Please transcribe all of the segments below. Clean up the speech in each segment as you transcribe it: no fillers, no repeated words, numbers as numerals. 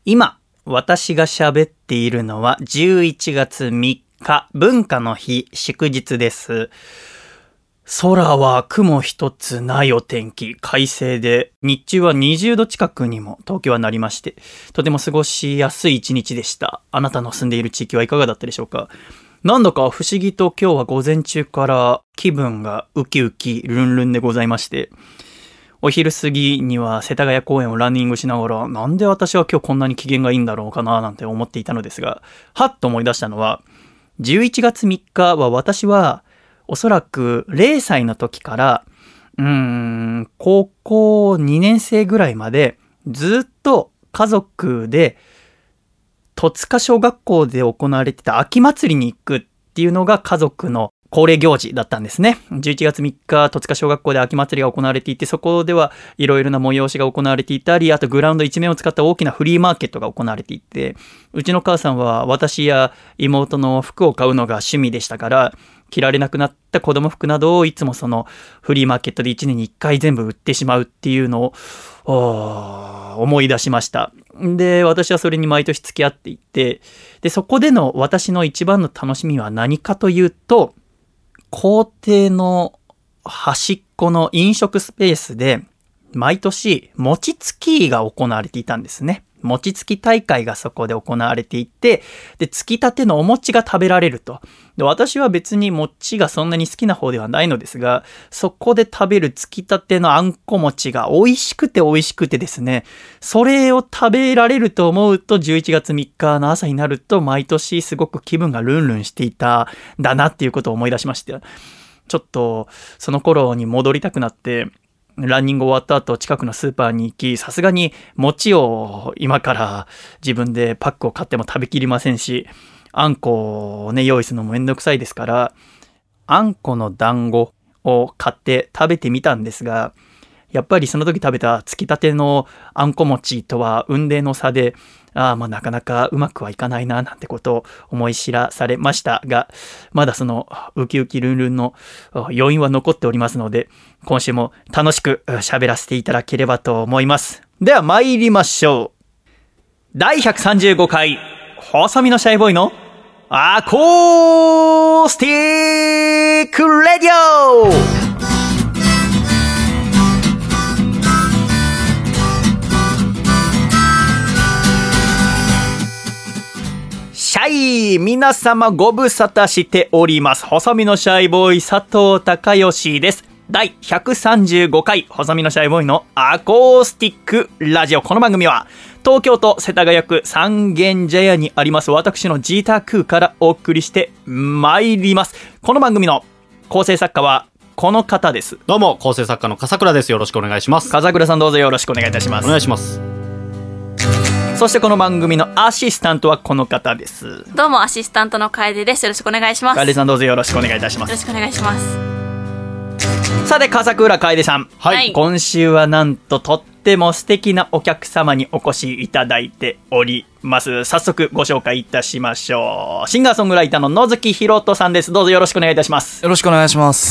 今、私が喋っているのは11月3日、文化の日、祝日です。空は雲一つないお天気、快晴で、日中は20度近くにも東京はなりまして、とても過ごしやすい一日でした。あなたの住んでいる地域はいかがだったでしょうか。なんだか不思議と今日は午前中から気分がウキウキルンルンでございまして、お昼過ぎには世田谷公園をランニングしながら、なんで私は今日こんなに機嫌がいいんだろうかななんて思っていたのですが、はっと思い出したのは、11月3日は私はおそらく0歳の時から、高校2年生ぐらいまでずっと家族で戸塚小学校で行われてた秋祭りに行くっていうのが家族の恒例行事だったんですね。11月3日、戸塚小学校で秋祭りが行われていて、そこではいろいろな催しが行われていたり、あとグラウンド一面を使った大きなフリーマーケットが行われていて、うちの母さんは私や妹の服を買うのが趣味でしたから、着られなくなった子供服などをいつもそのフリーマーケットで1年に1回全部売ってしまうっていうのを思い出しました。で、私はそれに毎年付き合っていて、で、そこでの私の一番の楽しみは何かというと、校庭の端っこの飲食スペースで毎年餅つきが行われていたんですね。餅つき大会がそこで行われていて、で、つきたてのお餅が食べられると。で、私は別に餅がそんなに好きな方ではないのですが、そこで食べるつきたてのあんこ餅が美味しくてですね、それを食べられると思うと11月3日の朝になると毎年すごく気分がルンルンしていたんだなっていうことを思い出しました。ちょっとその頃に戻りたくなって、ランニング終わった後近くのスーパーに行き、さすがに餅を今から自分でパックを買っても食べきりませんし、あんこをね用意するのもめんどくさいですから、あんこの団子を買って食べてみたんですが、やっぱりその時食べたつきたてのあんこ餅とは雲泥の差で、なかなかうまくはいかないななんてことを思い知らされましたが、まだそのウキウキルンルンの余韻は残っておりますので、今週も楽しく喋らせていただければと思います。では参りましょう。第135回細身のシャイボーイのアコースティックレディオ。シャイ皆様ご無沙汰しております。細身のシャイボーイ佐藤孝義です。第135回細身のシャイボーイのアコースティックラジオ。この番組は東京都世田谷区三軒茶屋にあります私の自宅からお送りして参ります。この番組の構成作家はこの方です。 どうも構成作家の笠倉です。よろしくお願いします。 笠倉さんどうぞよろしくお願いいたします。 お願いします。 そしてこの番組のアシスタントはこの方です。 どうもアシスタントの楓です。よろしくお願いします。 楓さんどうぞよろしくお願いいたします。 よろしくお願いします。 さて笠倉楓さん、 はい、 今週はなんととっても素敵なお客様にお越しいただいております。早速ご紹介いたしましょう。シンガーソングライターの野月ひろとさんです。どうぞよろしくお願いいたします。 よろしくお願いします。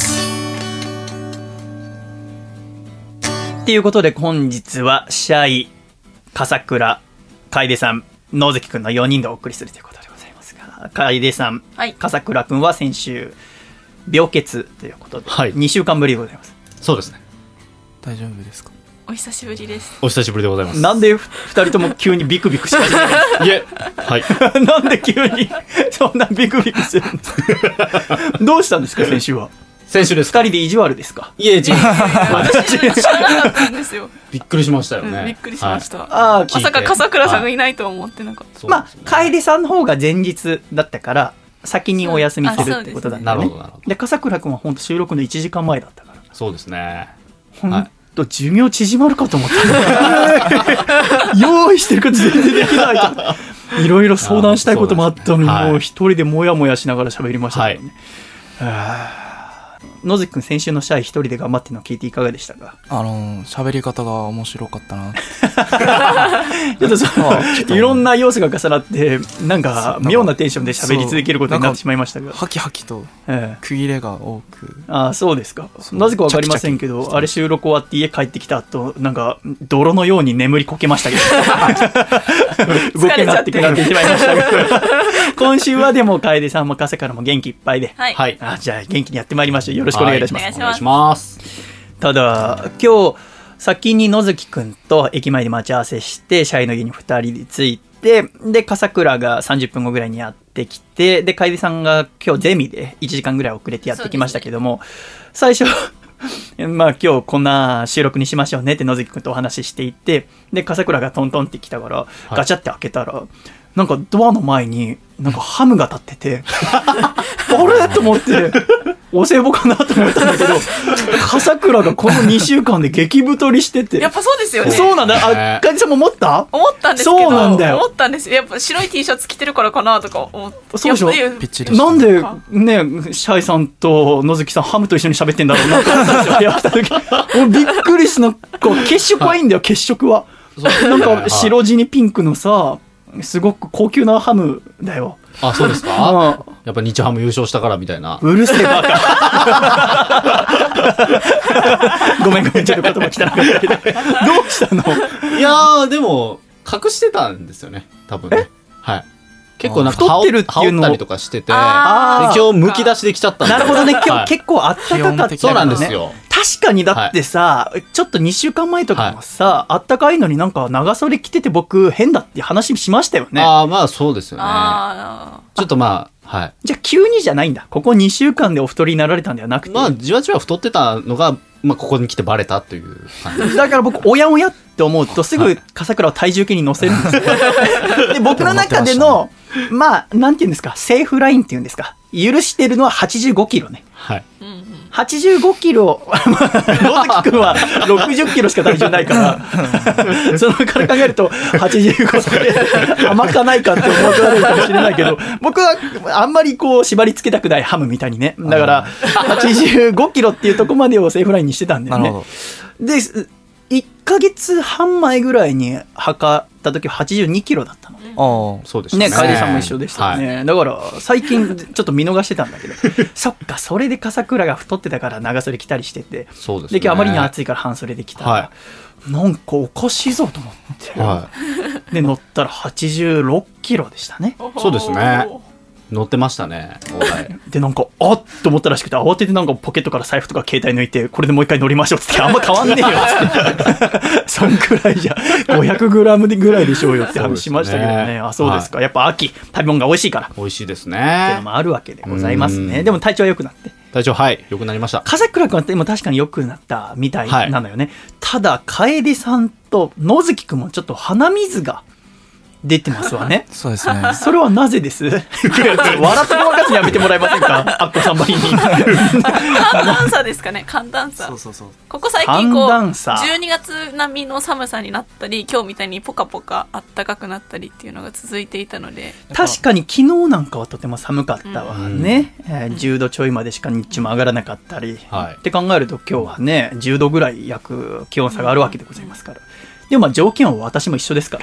ということで本日はシャイ、笠倉、楓さん、野月くんの4人でお送りするということでございますが、楓さん、 はい、 笠倉くんは先週病欠ということで、 はい、 2週間ぶりでございます。 そうですね。 大丈夫ですか？ お久しぶりです。 お久しぶりでございます。 なんで2人とも急にビクビクし始めるいえ、はい。 なんで急にそんなビクビクするんですか？どうしたんですか先週は？ 先週です。 2人で意地悪ですか？ いえ、私知らなかったんですよ。 びっくりしましたよね。 びっくりしました。 はい、 まさか笠倉さんがいないとは思ってなかった。 まあ楓さんの方が前日だったから先にお休みするってことだったね。 なるほどなるほど。 で笠倉くんは本当収録の1時間前だったから。 そうですね。 本当寿命縮まるかと思った用意してること全然できないといろいろ相談したいこともあったのに、もう一人でもやもやしながら喋りましたけどね。野月くん先週のシャイ一人で頑張ってるの聞いていかがでしたか？ 喋り方が面白かったなちょっといろんな要素が重なってなんか妙なテンションで喋り続けることになってしまいましたが、 ハキハキと区切れが多く、 そうですか。なぜか分かりませんけど、あれ収録終わって家帰ってきた後なんか泥のように眠りこけましたけど動けなってしまいましたけど今週はでも楓さんも笠からも元気いっぱいで、 はい、 じゃあ元気にやってまいりましょう。よろしくお願いいたします。 はい、 お願いします。 ただ今日先に野月くんと駅前で待ち合わせしてシャイの家に2人で着いて、で笠倉が30分後ぐらいにやってきて、で楓さんが今日ゼミで1時間ぐらい遅れてやってきましたけども、最初まあ今日こんな収録にしましょうねって野月くんとお話ししていて、で笠倉がトントンって来たからガチャって開けたら、なんかドアの前になんかハムが立っててあれと思ってお歳暮かなと思ったんだけど笠倉がこの2週間で激太りしててやっぱそうですよね。 そうなんだ。楓さんも思ったんですけど、 そうなんだよ。 思ったんですよ。やっぱ白い T シャツ着てるからかなとか思って。 そうでしょ。 ピッチでした。 なんでねシャイさんと野月さんハムと一緒に喋ってんだろうなって思ったんですよ。やった時俺びっくりした。血色はいいんだよ、血色は。なんか白地にピンクのさ、すごく高級なハムだよ。 あ、そうですか。やっぱ日ハム優勝したからみたいな。 うるせえバカごめんちょっと言葉汚かったけどどうしたの。 いやーでも隠してたんですよね多分ね。はい、結構なんか太ってるっていうの羽織ったりとかしてて、であ今日むき出しできちゃったんで。 なるほどね。今はい日結構あったかかったよね。 そうなんですよ。 確かにだってさ、ちょっと2週間前とかもさ、あったかいのになんか長袖着てて僕変だって話しましたよね。 ああまあそうですよね。 あちょっとまあはい。 じゃあ急にじゃないんだ。ここ2週間でお太りになられたんではなくて。 まあじわじわ太ってたのが、まあ、ここに来てバレたという感じ。 だから僕おやおやって思うとすぐ笠倉を体重計に乗せるんですよ。で僕の中でのまあなんていうんですか、セーフラインっていうんですか、許してるのは85キロね。 はい。 85キロ、野月くんは60キロしか体重ないからそのから考えると85で甘かないかって思われるかもしれないけど、僕はあんまりこう縛り付けたくないハムみたいにね。だから85キロっていうとこまでをセーフラインにしてたんだよね。で1ヶ月半前ぐらいに測った時は82キロだったの。 そうですね。 楓さんも一緒でしたよね。はい、だから最近ちょっと見逃してたんだけどそっか、それで笠倉が太ってたから長袖着たりしてて、 そうですね。 で今日あまりに暑いから半袖で着たら、はい、なんかおかしいぞと思って、はい、で乗ったら86キロでしたね。 そうですね。乗ってましたね。 でなんかあっと思ったらしくて、慌ててなんかポケットから財布とか携帯抜いて、これでもう一回乗りましょうって言って、あんま変わんねえよってそんくらいじゃ500グラムぐらいでしょうよって話しましたけどね。あ、そうですか、はい、やっぱ秋食べ物が美味しいから美味しいですねっていうのもあるわけでございますね。でも体調は良くなって、 体調はい良くなりました。 笠倉君はでも確かに良くなったみたいなのよね。はい、ただ楓さんと野月君もちょっと鼻水が出てますわね。 そうですね。 それはなぜです？笑ってごまかすのやめてもらえませんか？アッコさんばりに。 寒暖差ですかね。寒暖差。そう。ここ最近こう12月並みの寒さになったり、今日みたいにポカポカ暖かくなったりっていうのが続いていたので。 確かに昨日なんかはとても寒かったわね。10度ちょいまでしか日中も上がらなかったり、って考えると今日はね10度ぐらい約気温差があるわけでございますから。でもまあ条件は私も一緒ですから。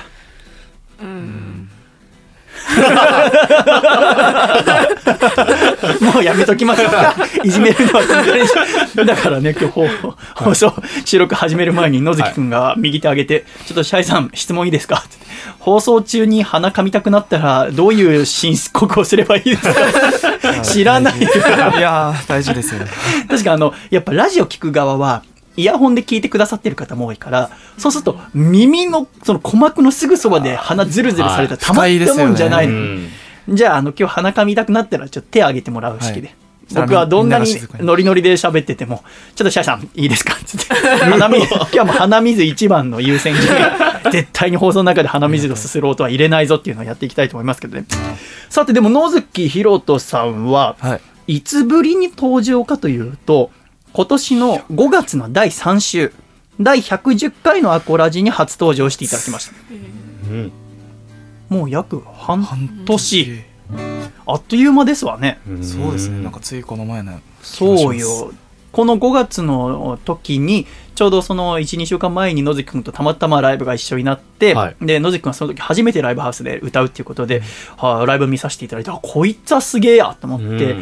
もうやめときましょうか。いじめるのはこのぐらいでしょ。だからね、今日放送収録始める前に野月くんが右手上げて、ちょっとシャイさん質問いいですかって、放送中に鼻噛みたくなったらどういう申告をすればいいですか？知らない。いや大事ですよね。 確かやっぱラジオ聞く側はイヤホンで聞いてくださってる方も多いから、そうすると耳のその鼓膜のすぐそばで鼻ズルズルされたらたまったもんじゃないの。じゃあ今日鼻かみたくなったらちょっと手を挙げてもらう式で、僕はどんなにノリノリで喋ってても、ちょっとシャイさんいいですかって今日はもう鼻水一番の優先順位、絶対に放送の中で鼻水のすする音は入れないぞっていうのをやっていきたいと思いますけどね。さてでも野月ひろとさんはいつぶりに登場かというと、今年の5月の第3週第110回のアコラジに初登場していただきました。もう約半年、あっという間ですわね。 そうですね。なんかついこの前の。 そうよ。この5月の時にちょうどその 1,2 週間前に野月くんとたまたまライブが一緒になって、で野月くんはその時初めてライブハウスで歌うっていうことで、ライブ見させていただいて、こいつはすげえやと思って、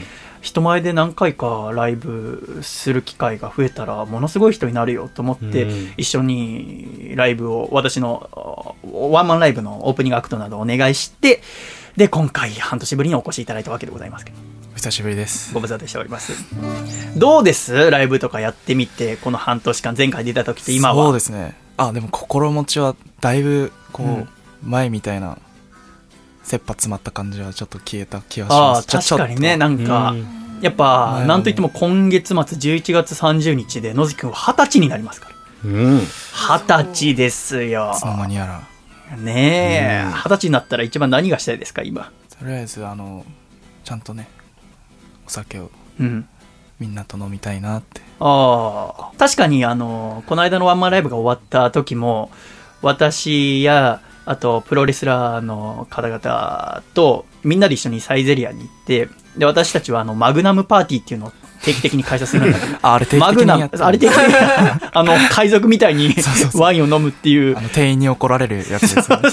人前で何回かライブする機会が増えたらものすごい人になるよと思って、一緒にライブを、私のワンマンライブのオープニングアクトなどお願いして、で今回半年ぶりにお越しいただいたわけでございますけど、 お久しぶりです。 ご無沙汰しております。どうですライブとかやってみて、この半年間、前回出た時と今は。 そうですね、でも心持ちはだいぶこう、前みたいな切羽詰まった感じはちょっと消えた気がします。 確かにね、なんか、やっぱなんといっても今月末11月30日で野月くんは20歳になりますから。20歳ですよ。 いつの間にやらねえ、20歳になったら一番何がしたいですか今。 とりあえずちゃんとねお酒をみんなと飲みたいなって。 確かにこの間のワンマンライブが終わった時も、私やあとプロレスラーの方々とみんなで一緒にサイゼリアに行って、で私たちはマグナムパーティーっていうのを定期的に開催するんだけどあれ定期的にやってあれ定期的に海賊みたいにワインを飲むっていう、 店員に怒られるやつですよね。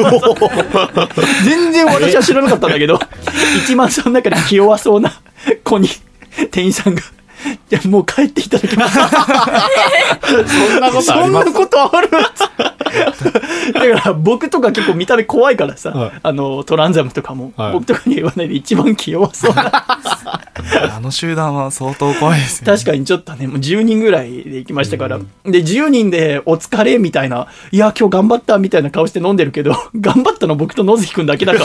全然私は知らなかったんだけど、一番その中で気弱そうな子に店員さんがじゃあもう帰っていただきます。 そんなことあります？ そんなことある？だから僕とか結構見た目怖いからさ、トランザムとかも、僕とかには言わないで一番気弱そうな。 集団は相当怖いですね。 確かにちょっとね、もう10人ぐらいで行きましたから、で10人でお疲れみたいな、いや今日頑張ったみたいな顔して飲んでるけど、頑張ったの僕と野月くんだけだから。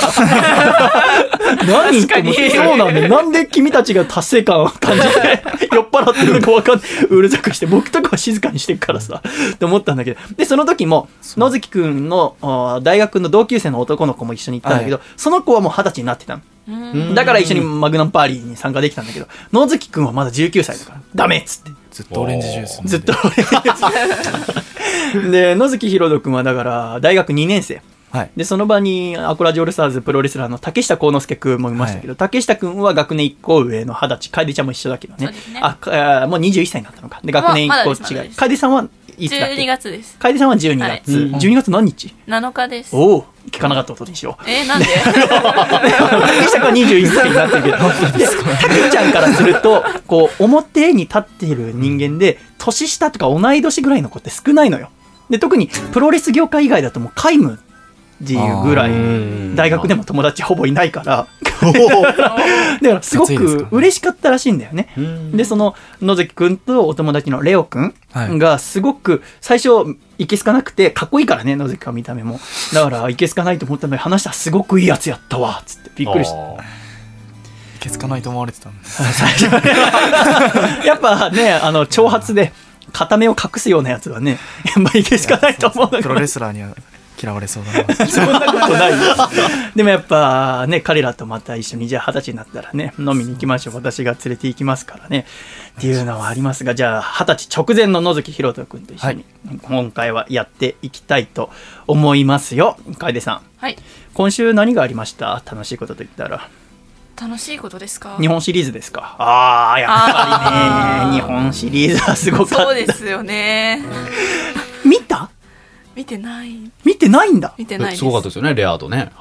何と思って、そうなんだよ。なんで君たちが達成感を感じて酔っ払ってるのか分かんない、うるさくして、僕とかは静かにしてるからさって思ったんだけど、でその時も野月くんの大学の同級生の男の子も一緒に行ったんだけど、その子はもう20歳になってたの。だから一緒にマグナムパーリーに参加できたんだけど、野月くんはまだ19歳だからダメっつって、 ずっとオレンジジュースずっとオレンジジュースで野月ひろとくんはだから大学2年生で、その場にアコラジオールスターズプロレスラーの竹下幸之助くんもいましたけど、竹下くんは学年1個上の20歳、楓ちゃんも一緒だけどね、もう21歳になったのか。で学年1個違い、楓さんはいつだっけ？ 12月です。 楓さんは12月、12月何日 ？7日です。 おお、聞かなかったことにしよう。 なんで？ 竹下くんは21歳になってるけど、竹ちゃんからするとこう表に立っている人間で年下とか同い年ぐらいの子って少ないのよ。で特にプロレス業界以外だともう皆無っていうぐらい大学でも友達ほぼいないからだからすごく嬉しかったらしいんだよね。でその野月くんとお友達のレオくんがすごく最初いけすかなくて、かっこいいからね野月は見た目も、だからいけすかないと思ったのに話したらすごくいいやつやったわっつってびっくりした。 いけすかないと思われてたんですやっぱね挑発で片目を隠すようなやつはね、やっぱいけすかないと思うんだけど、 プロレスラーには嫌われそうだな。 そんなことないでもやっぱね、彼らとまた一緒にじゃあ20歳になったらね飲みに行きましょう、私が連れて行きますからねっていうのはありますが、じゃあ20歳直前の野月ひろとくんと一緒に今回はやっていきたいと思いますよ。楓さん、今週何がありました？楽しいことといったら。 楽しいことですか？ 日本シリーズですか？やっぱりね、日本シリーズはすごかった。 そうですよね。 見た？ 見てない。 見てないんだ。 見てないです。 すごかったですよね、レアードね。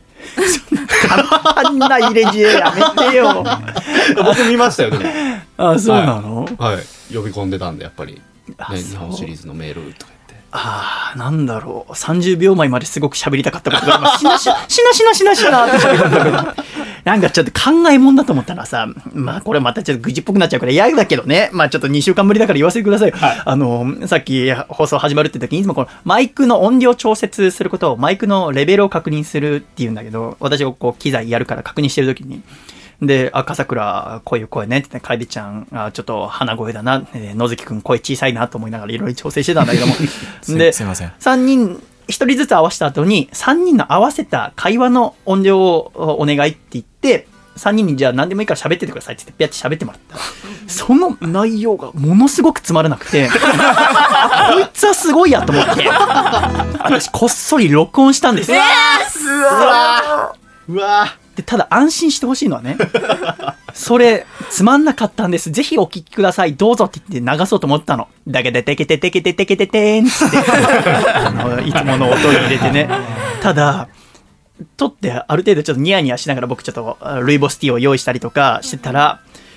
あんな入れ知恵やめてよ。 僕見ましたよ、でも。 そうなの？ 呼び込んでたんで、やっぱり、日本シリーズのメールとか言って。 なんだろう、30秒前まですごく喋りたかったことがあります。しなって喋りたかった。なんかちょっと考えもんだと思ったらさ、これまたちょっと愚痴っぽくなっちゃうから嫌だけどね、ちょっと2週間ぶりだから言わせてくださいよ。さっき放送始まるって時にいつもこのマイクの音量調節することをマイクのレベルを確認するっていうんだけど、私がこう機材やるから確認してる時に、で、笠倉こういう声ねって楓ちゃんちょっと鼻声だな、野月くん声小さいなと思いながらいろいろ調整してたんだけどもですいません、 3人1人ずつ合わせた後に3人の合わせた会話の音量をお願いって言って、3人にじゃあ何でもいいから喋っててくださいって言ってピャッて喋ってもらったら、その内容がものすごくつまらなくてこいつはすごいやと思って私こっそり録音したんです。 うわでただ安心してほしいのはねそれつまんなかったんです、ぜひお聞きくださいどうぞって言って流そうと思ったの。だけでテケテテケテテケテテーンっていつもの音を入れてね。ただ撮ってある程度ちょっとニヤニヤしながら僕ちょっとルイボスティーを用意したりとかしてたら、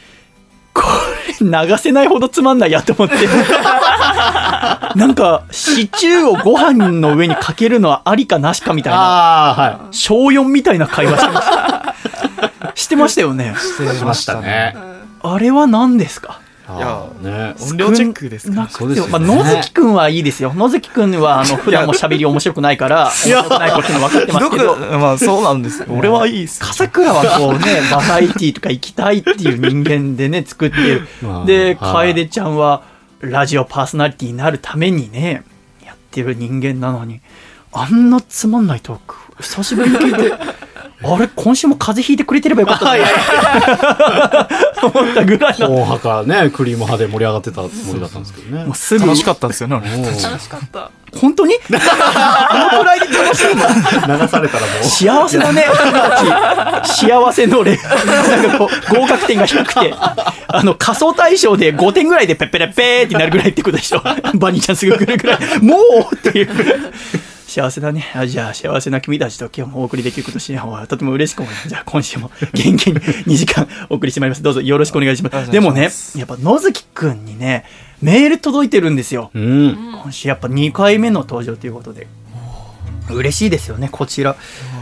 流せないほどつまんないやと思ってなんかシチューをご飯の上にかけるのはありかなしかみたいな、 はい、 小4みたいな会話してましたしてましたよね。 してましたね。 あれは何ですか？ いや、 ね、 音量チェックですか？ そうですよね。 まあ、野月くんはいいですよ。野月くんは普段も喋り面白くないから面白くないことも分かってますけど、 まあそうなんですよ。俺はいいです。 笠倉はこうね、バラエティとか行きたいっていう人間でね作ってる。で、楓ちゃんはラジオパーソナリティになるためにねやってる人間なのに、あんなつまんないトーク久しぶりに聞いてあれ今週も風邪ひいてくれてればよかったね思ったぐらいの。 大墓ね、クリーム派で盛り上がってたつもりだったんですけどね。 もうすぐ楽しかったですよね。 楽しかった。 本当にあのくらいで楽しいの流されたらもう幸せだね。幸せのなんかこう合格点が低くて仮想対象で5点ぐらいでペッペレッペーってなるぐらいってことでしょ。バニーちゃんすぐ来るぐらいもうっていう幸せだね。じゃあ幸せな君たちと今日もお送りできることしとても嬉しく思います。じゃあ今週も元気に2時間お送りしてまいります。どうぞよろしくお願いします。でもね、やっぱ野月くんにねメール届いてるんですよ、今週やっぱ2回目の登場ということで嬉しいですよね。こちら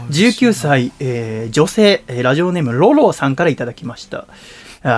19歳、女性ラジオネームロロさんからいただきました。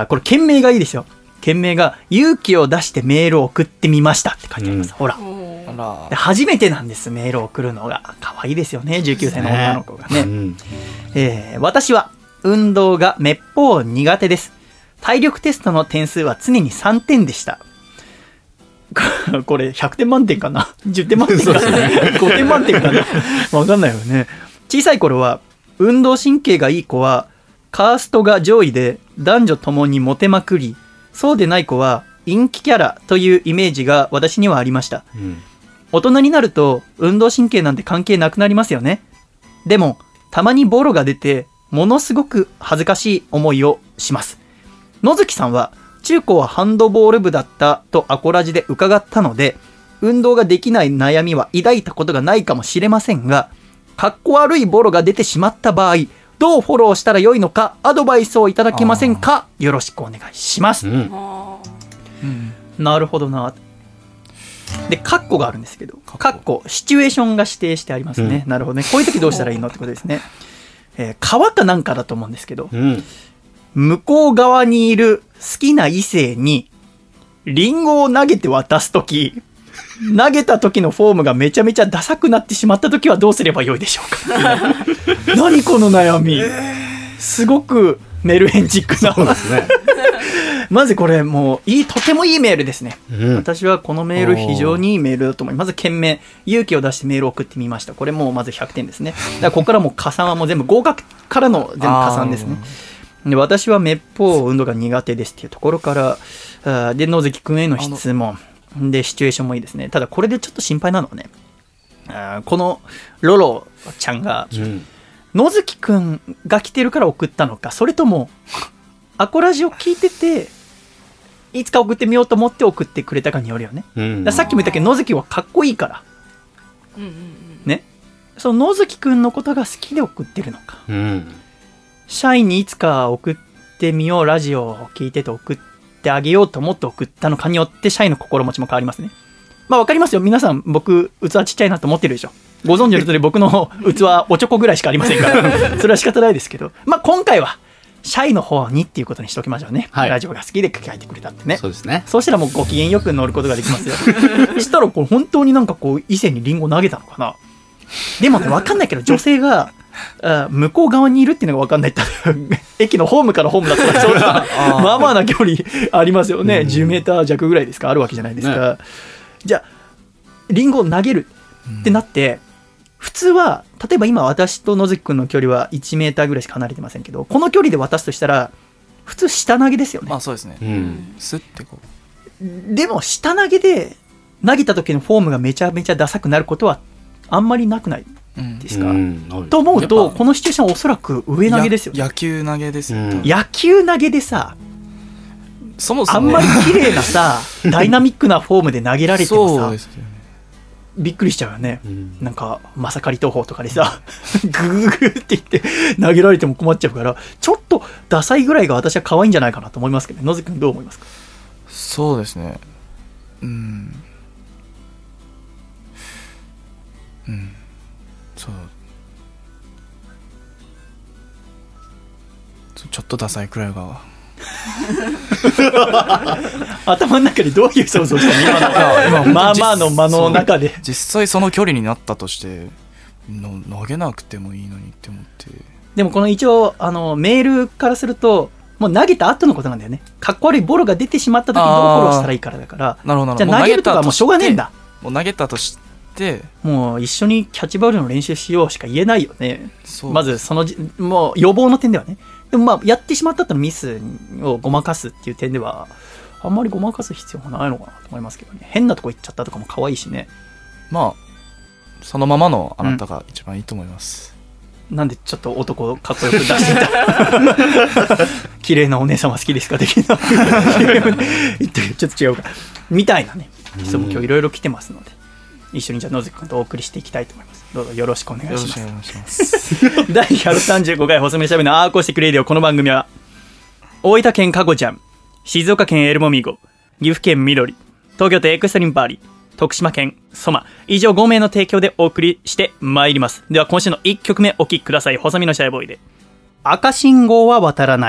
これ件名がいいですよ。件名が勇気を出してメールを送ってみましたって書いてあります、ほら初めてなんです、メールを送るのが。可愛いですよね、19歳の女の子がね。私は運動がめっぽう苦手です。体力テストの点数は常に3点でした。これ100点満点かな10点満点かな5点満点かなわかんないよね。小さい頃は運動神経がいい子はカーストが上位で男女ともにモテまくり、そうでない子は陰気キャラというイメージが私にはありました、大人になると運動神経なんて関係なくなりますよね。でもたまにボロが出てものすごく恥ずかしい思いをします。野月さんは中高はハンドボール部だったとアコラジで伺ったので、運動ができない悩みは抱いたことがないかもしれませんが、かっこ悪いボロが出てしまった場合どうフォローしたらよいのかアドバイスをいただけませんか。よろしくお願いします、なるほどな。でカッコがあるんですけど、カッコシチュエーションが指定してありますね、なるほどね。こういう時どうしたらいいのってことですね。川かなんかだと思うんですけど、向こう側にいる好きな異性にリンゴを投げて渡すとき、投げた時のフォームがめちゃめちゃダサくなってしまったときはどうすればよいでしょうか。何この悩み、すごくメルヘンチックな。そうですねまずこれもうとてもいいメールですね、私はこのメール非常にいいメールだと思います。まず件名勇気を出してメールを送ってみました。これもうまず100点ですね。だからここからもう加算はもう全部合格からの全部加算ですね。で私はめっぽう運動が苦手ですっていうところからで野月くんへの質問でシチュエーションもいいですね。ただこれでちょっと心配なのはね、このロロちゃんが、野月くんが来てるから送ったのか、それともアコラジを聞いてていつか送ってみようと思って送ってくれたかによるよね、ださっきも言ったけど野月はかっこいいから、ね、その野月くんのことが好きで送ってるのか、社員にいつか送ってみよう、ラジオを聞いてて送ってあげようと思って送ったのかによって社員の心持ちも変わりますね。まあわかりますよ、皆さん僕器ちっちゃいなと思ってるでしょ。ご存知の通り僕の器おちょこぐらいしかありませんからそれは仕方ないですけど、まあ今回は社員の方にっていうことにしておきましょうね、ラジオが好きで書いてくれたってね。そうですね。そうしたらもうご機嫌よく乗ることができますよしたらこれ本当になんかこう異性にリンゴ投げたのかな。でもねわかんないけど女性が向こう側にいるっていうのが分かんないって駅のホームからホームだったらちょうどまあまあな距離ありますよね、10メーター弱ぐらいですかあるわけじゃないですか、じゃあリンゴを投げるってなって、普通は例えば今私と野月くんの距離は1メーターぐらいしか離れてませんけど、この距離で渡すとしたら普通下投げですよね。 そうですね、スッてこう。でも下投げで投げた時のフォームがめちゃめちゃダサくなることはあんまりなくないですか、と思うとこのシチュエーションはおそらく上投げですよね。 野球投げですよ、 野球投げでさ、 そもそもあんまり綺麗なさダイナミックなフォームで投げられてもさ、びっくりしちゃうよね、なんかマサカリ投法とかでさグーグーって言って投げられても困っちゃうから、ちょっとダサいぐらいが私は可愛いんじゃないかなと思いますけど、野月くんどう思いますか。 そうですね。そう。ちょっとダサいくらいが頭の中でどういう想像したの？今まあまあの間の中で実際その距離になったとして投げなくてもいいのにって思って。 でもこの一応メールからするともう投げた後のことなんだよね。かっこ悪いボールが出てしまった時にどうフォローしたらいいからだから。 なるほど。 じゃあ投げるとかもうしょうがねえんだ。 もう投げたとしてもう一緒にキャッチボールの練習しようしか言えないよね。 そうまずもう予防の点ではね。でもまあやってしまった後のミスをごまかすっていう点ではあんまりごまかす必要がないのかなと思いますけどね。変なとこ行っちゃったとかも可愛いしね。 まあそのままのあなたが一番いいと思います、 なんでちょっと男かっこよく出してた綺麗なお姉様好きですか的な言ってるちょっと違うかみたいなね人も今日いろいろ来てますので、一緒にじゃあ野月君とお送りしていきたいと思います。どうぞよろしくお願いします。 よろしくお願いします第135回細身のしゃべりのアーコースティックレディオ。この番組は大分県かごちゃん、静岡県エルモミーゴ、岐阜県みどり、東京都エクストリンパーリー、徳島県ソマ、以上5名の提供でお送りしてまいります。では今週の1曲目お聴きください。細身のシャイボーイで赤信号は渡らない。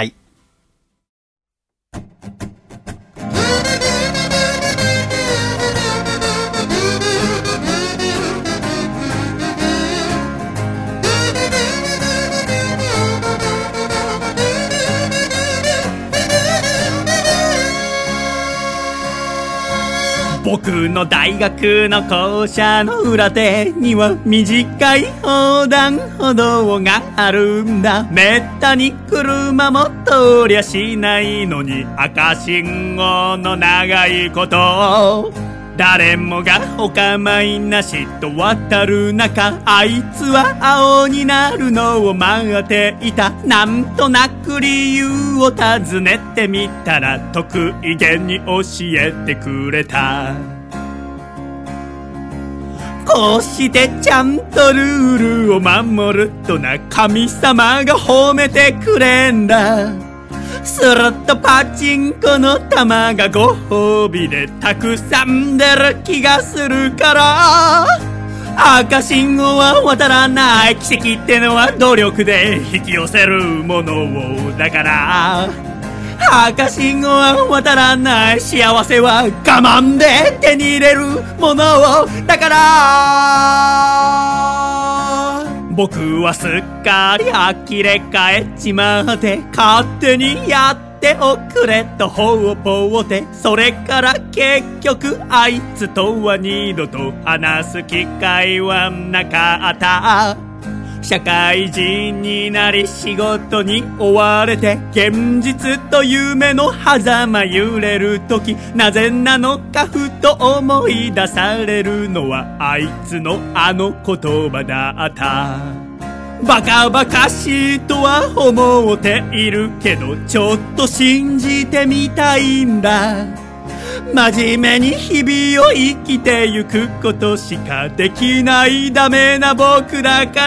僕の大学の校舎の裏手には短い横断歩道があるんだ。めったに車も通りゃしないのに赤信号の長いこと誰もがお構いなしと渡る中、あいつは青になるのを待っていた。なんとなく理由を尋ねてみたら得意げに教えてくれた。こうしてちゃんとルールを守るとな、神様が褒めてくれんだ。するとパチンコの玉がご褒美でたくさん出る気がするから、赤信号は渡らない。奇跡ってのは努力で引き寄せるものをだから、赤信号は渡らない。幸せは我慢で手に入れるものをだから、僕はすっかり呆れ返っちまって勝手にやっておくれとほうぽうて、それから結局あいつとは二度と話す機会はなかった。社会人になり仕事に追われて現実と夢の狭間揺れるとき、なぜなのかふと思い出されるのはあいつのあの言葉だった。バカバカしいとは思っているけどちょっと信じてみたいんだ。真面目に日々を生きてゆくことしかできないダメな僕だから、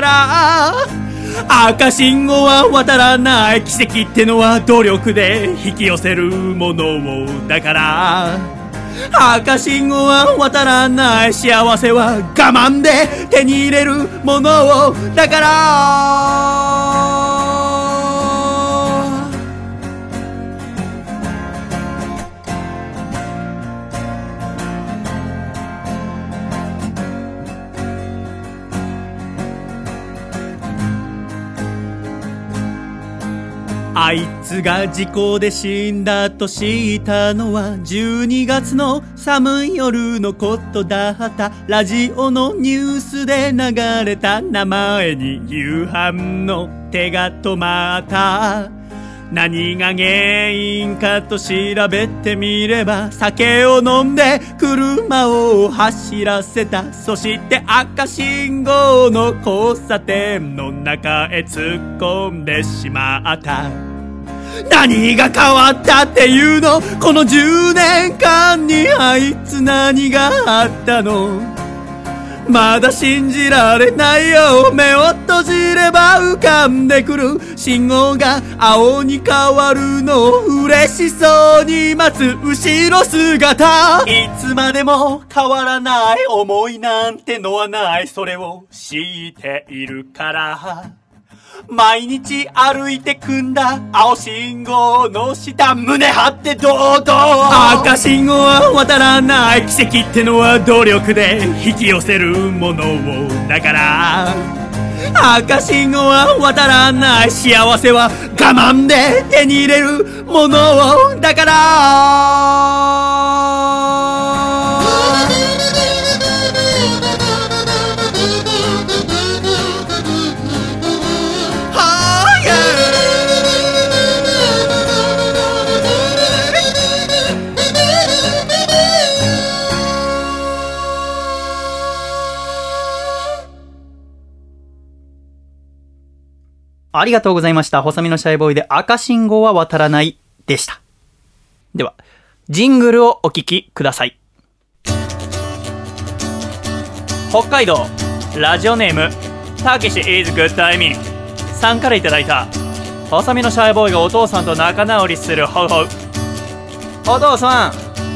赤信号は渡らない。奇跡ってのは努力で引き寄せるものをだから、赤信号は渡らない。幸せは我慢で手に入れるものをだから、あいつが事故で死んだと知ったのは12月の寒い夜のことだった。ラジオのニュースで流れた名前に夕飯の手が止まった。何が原因かと調べてみれば酒を飲んで車を走らせた。そして赤信号の交差点の中へ突っ込んでしまった。何が変わったっていうの？この10年間にあいつ何があったの？ まだ信じられないよ。目を閉じれば浮かんでくる信号が青に変わるのを嬉しそうに待つ後ろ姿。いつまでも変わらない思いなんてのはない。それを知っているから毎日歩いてくんだ青信号の下胸張って堂々。赤信号は渡らない。奇跡ってのは努力で引き寄せるものをだから。赤信号は渡らない。幸せは我慢で手に入れるものをだから。ありがとうございました。細身のシャイボーイで赤信号は渡らないでした。では、ジングルをお聴きください。北海道、ラジオネーム、たけし is good timing さんからいただいた、細身のシャイボーイがお父さんと仲直りするホウホウ。お父さん、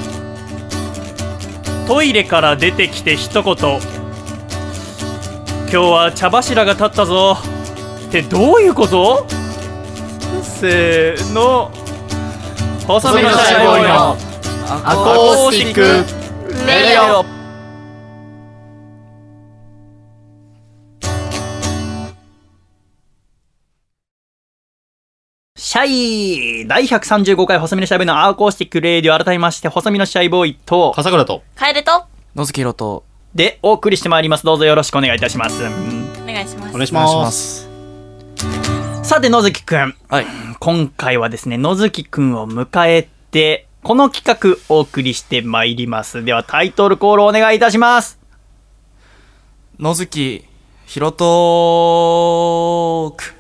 トイレから出てきて一言、今日は茶柱が立ったぞってどういうこと？せーの。細身のシャイボーイのアコースティックレディオ。シャイ第135回細身のシャイボーイのアコースティックレディオ。改めまして細身のシャイボーイと笠倉とカエルと野月ひろとでお送りしてまいります。どうぞよろしくお願いいたします。 お願いします。 お願いします。 さて野月くん、 はい、 今回はですね野月くんを迎えてこの企画お送りしてまいります。ではタイトルコールお願いいたします。 野月ひろとーく。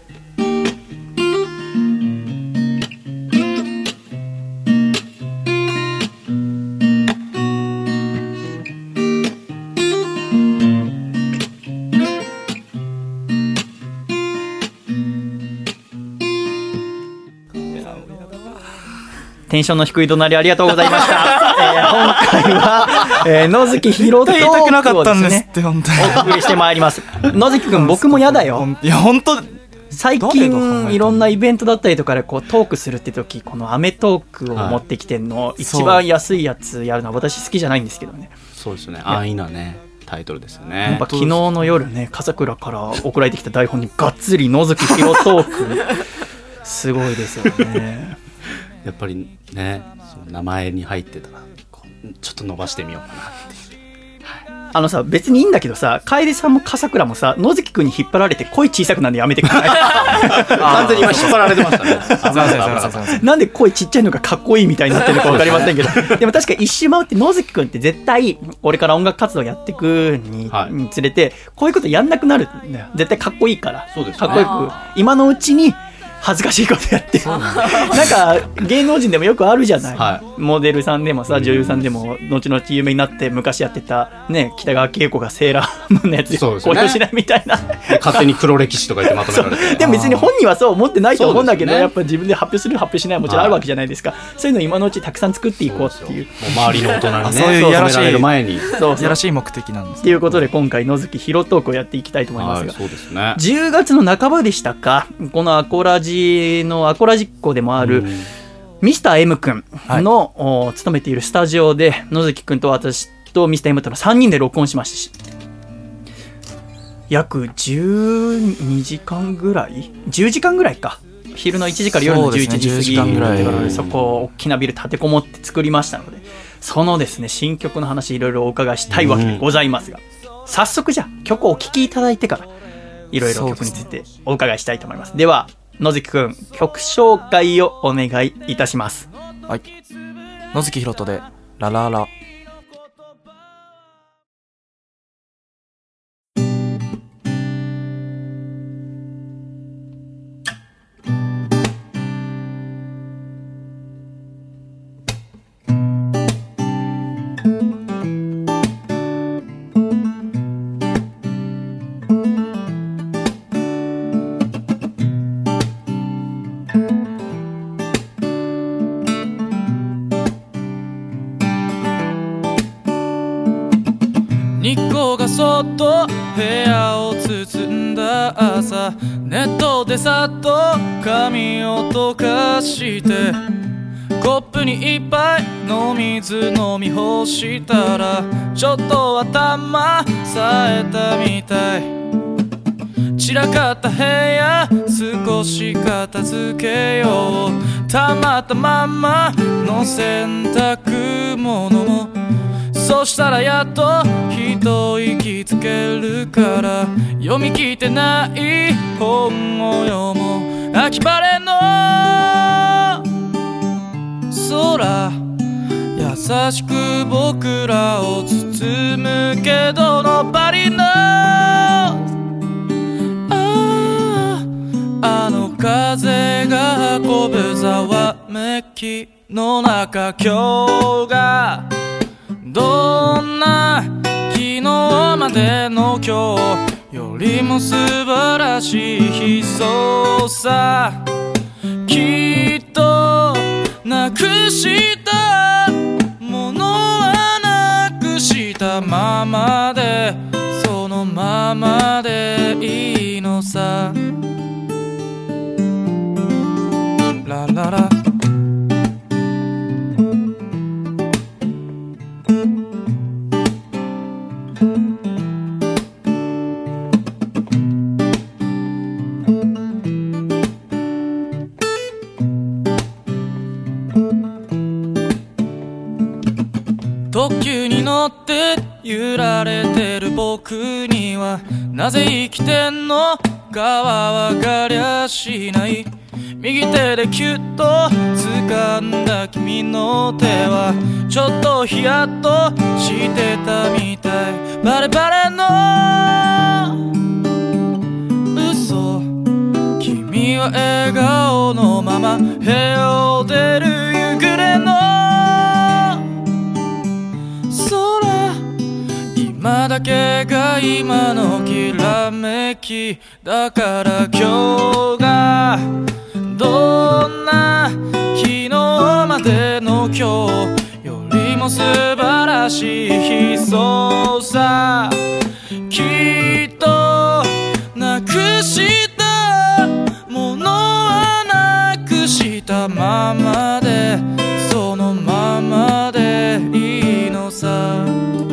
テンションの低い怒鳴りありがとうございました。今回は、野月ひろと言いたくなかったんですって本当にお送りしてまいります。野月くん僕もやだよ。 いや本当最近いろんなイベントだったりとかでこうトークするって時このアメトークを持ってきてんの、一番安いやつやるのは私好きじゃないんですけどね。 そうですね。安易なねタイトルですよね。 やっぱ昨日の夜ね笠倉から送られてきた台本にがっつり野月ひろトークすごいですよね。 やっぱりね、その名前に入ってたらちょっと伸ばしてみようかなっていう、 はい、さ別にいいんだけどさ楓さんも笠倉もさ野月くんに引っ張られて声小さくなるのやめてください。 完全に今引っ張られてましたね。 なんで声ちっちゃいのがかっこいいみたいになってるのか分かりませんけどでも確か一周回って野月くんって絶対俺から音楽活動やっていくにつれてこういうことやんなくなるんだよ。絶対かっこいいから、 そうですね、 かっこよく今のうちに恥ずかしいことやってなんか芸能人でもよくあるじゃない、はい、モデルさんでもさ女優さんでも後々有名になって昔やってた、ね、北川景子がセーラームーンのやつで公表しないみたいな、 勝手に黒歴史とか言ってまとめられてでも別に本人はそう思ってないと思うんだけど、ね、やっぱ自分で発表する発表しないもちろんあるわけじゃないですか、はい、そういうの今のうちたくさん作っていこうっていう、 もう周りの大人にねそういうやらしい前にやらしい目的なんですということで今回野月ひろトークをやっていきたいと思いますが、 はい、そうですね、 10月の半ばでしたかこのアコラジっ子でもあるミスター M 君の、はい、勤めているスタジオで野月君と私とミスター M との3人で録音しましたし約12時間ぐらい10時間ぐらいか昼の1時から夜の11時過ぎぐらいそこ大きなビル立てこもって作りましたのでそのですね新曲の話いろいろお伺いしたいわけでございますが、早速じゃあ曲をお聴きいただいてからいろいろ曲についてお伺いしたいと思います。では野月くん曲紹介をお願いいたします。 はい、野月ひろとでラララ。 日光がそっと部屋を包んだ朝、ネットでさっと髪を溶かしてコップに一杯の水飲み干したら、ちょっと頭冴えたみたい。散らかった部屋少し片付けよう。たまったまんまの洗濯物も、そしたらやっと一息つけるから、読み切ってない本を読もう。秋晴れの空、優しく僕らを包むけど、ノーバディノー。あの風が運ぶざわめきの中、今日がどんな昨日までの今日よりも素晴らしい日そうさ。きっとなくしたものはなくしたままで、そのままでいいのさ。ラララ特急に乗って揺られてる僕には、なぜ生きてんのかはわかりゃしない。右手でキュッと掴んだ君の手は、ちょっとヒヤッとしてたみたい。バレバレの嘘、君は笑顔のまま部屋を出る夕暮れの空、今だけが今のきらめきだから、今日がどんな昨日までの今日よりも素晴らしい日そうさ。きっとなくしたものはなくしたままで、そのままでいいのさ。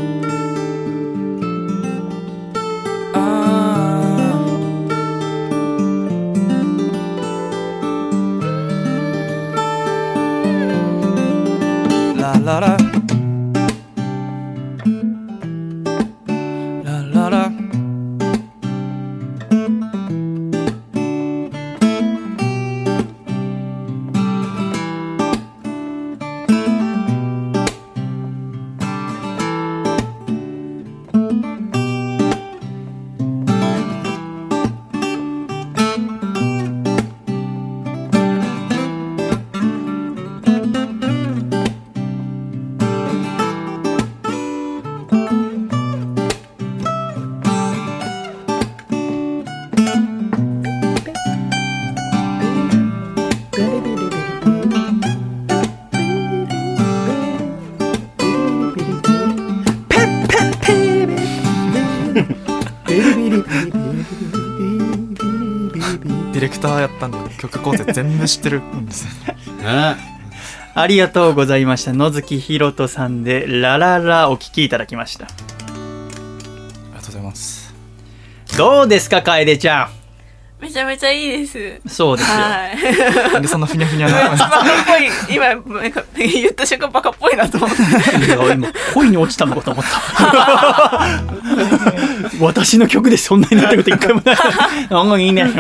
ララララララディレクターやったんで曲構成全部知ってるんですありがとうございました。野月ひろとさんでラララお聴きいただきました。 ありがとうございます。 どうですか楓ちゃん。 めちゃめちゃいいです。 そうですよ。 はい。 なんでそんなふにゃふにゃなバカっぽい。今なんか言った瞬間バカっぽいなと思って。 いや今恋に落ちたのかと思った。私の曲でそんなになったこと一回もない。なんかいいね。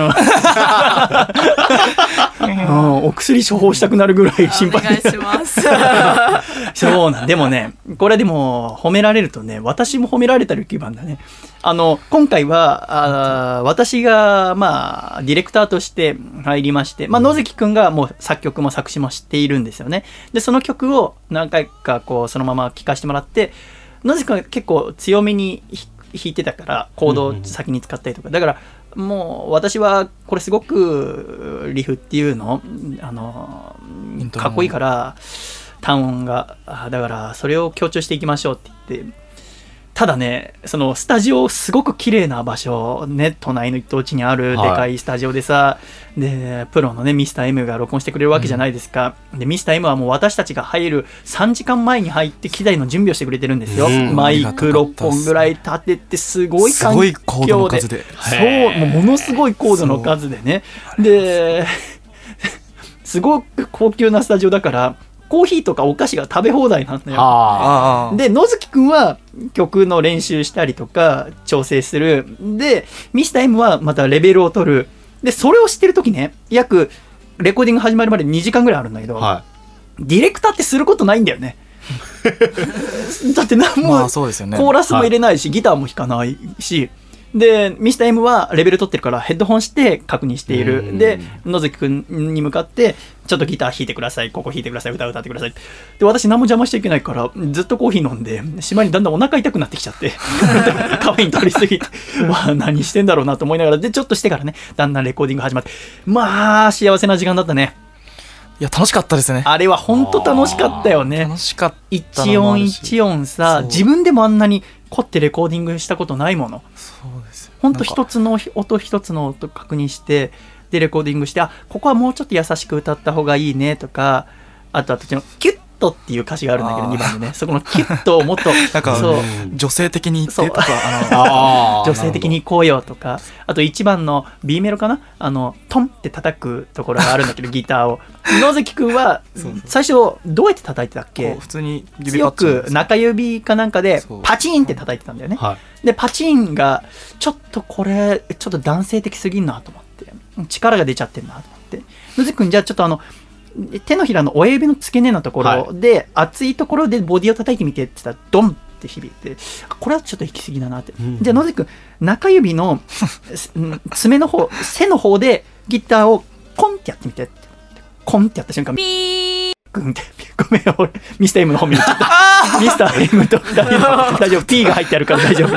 お薬処方したくなるぐらい心配。 お願いします。 そうなんでもね、これでも褒められるとね、私も褒められたる気分だね。今回は私がディレクターとして入りまして、野月くんがもう作曲も作詞もしているんですよね。でその曲を何回かこうそのまま聴かせてもらって、野月くんが結構強めに弾いてたからコードを先に使ったりとか、だからもう私はこれすごくリフっていうのかっこいいから単音がだからそれを強調していきましょうって言って、 ただね、そのスタジオすごく綺麗な場所ね、都内の一等地にあるでかいスタジオでさ、でプロのねミスター M が録音してくれるわけじゃないですか、でミスター M はもう私たちが入る3時間前に入って機材の準備をしてくれてるんですよ、マイク6本ぐらい立ててすごい環境で、 すごい高度の数で、 そうものすごい高度の数でね、ですごく高級なスタジオだからコーヒーとかお菓子が食べ放題なんだよ。で野月くんは曲の練習したりとか調整する。でミスター M はまたレベルを取る。でそれを知ってる時ね、約レコーディング始まるまで2時間ぐらいあるんだけど、ディレクターってすることないんだよね。だって何も、コーラスも入れないし、ギターも弾かないし、でミスター M はレベル取ってるからヘッドホンして確認している。で野月くんに向かってちょっとギター弾いてください、ここ弾いてください、歌ってください。で私何も邪魔しちゃいけないからずっとコーヒー飲んで、しまいにだんだんお腹痛くなってきちゃってカフェイン取りすぎて何してんだろうなと思いながら、でちょっとしてからねだんだんレコーディング始まって、まあ幸せな時間だったね。 いや楽しかったですね。 あれは本当楽しかったよね。 楽しかった。 一音一音さ、自分でもあんなに凝ってレコーディングしたことないもの。 そうです。 本当一つの音一つの音確認してでレコーディングして、あここはもうちょっと優しく歌った方がいいねとか、あとはキュッとっていう歌詞があるんだけど2番でね、そこのキュッとをもっとなんかそう女性的に言ってとか女性的に行こうよとか、あと1番の B メロかな、トンって叩くところがあるんだけどギターを野関くんは最初どうやって叩いてたっけ？ 普通に指パッチン、強く中指かなんかでパチンって叩いてたんだよね、でパチンがちょっとこれちょっと男性的すぎんなと思って力が出ちゃってんなと思って、野関くんじゃあちょっと手のひらの親指の付け根のところで、厚いところでボディを叩いてみてって言ったらドンって響いて、これはちょっと行き過ぎだなって、じゃあ野関くん中指の爪の方背の方でギターをコンってやってみてって、コンってやった瞬間ピーグンってごめん俺ミスター M の方見に行っちゃったミスター M と大丈夫 P が入ってあるから大丈夫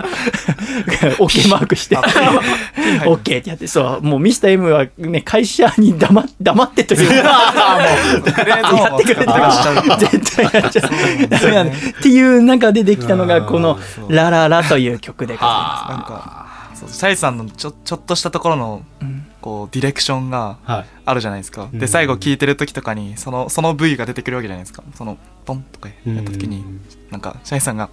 OK マークして OK ってやって、そうもうミスター M はね会社に黙ってというかやってくれてたから絶対やっちゃダメなんでっていう中でできたのがこのラララという曲でございます。 なんかシャイさんのちょっとしたところのこうディレクションがあるじゃないですか、で最後聴いてる時とかにその部位が出てくるわけじゃないですか。そのポンとかやった時になんかシャイさんが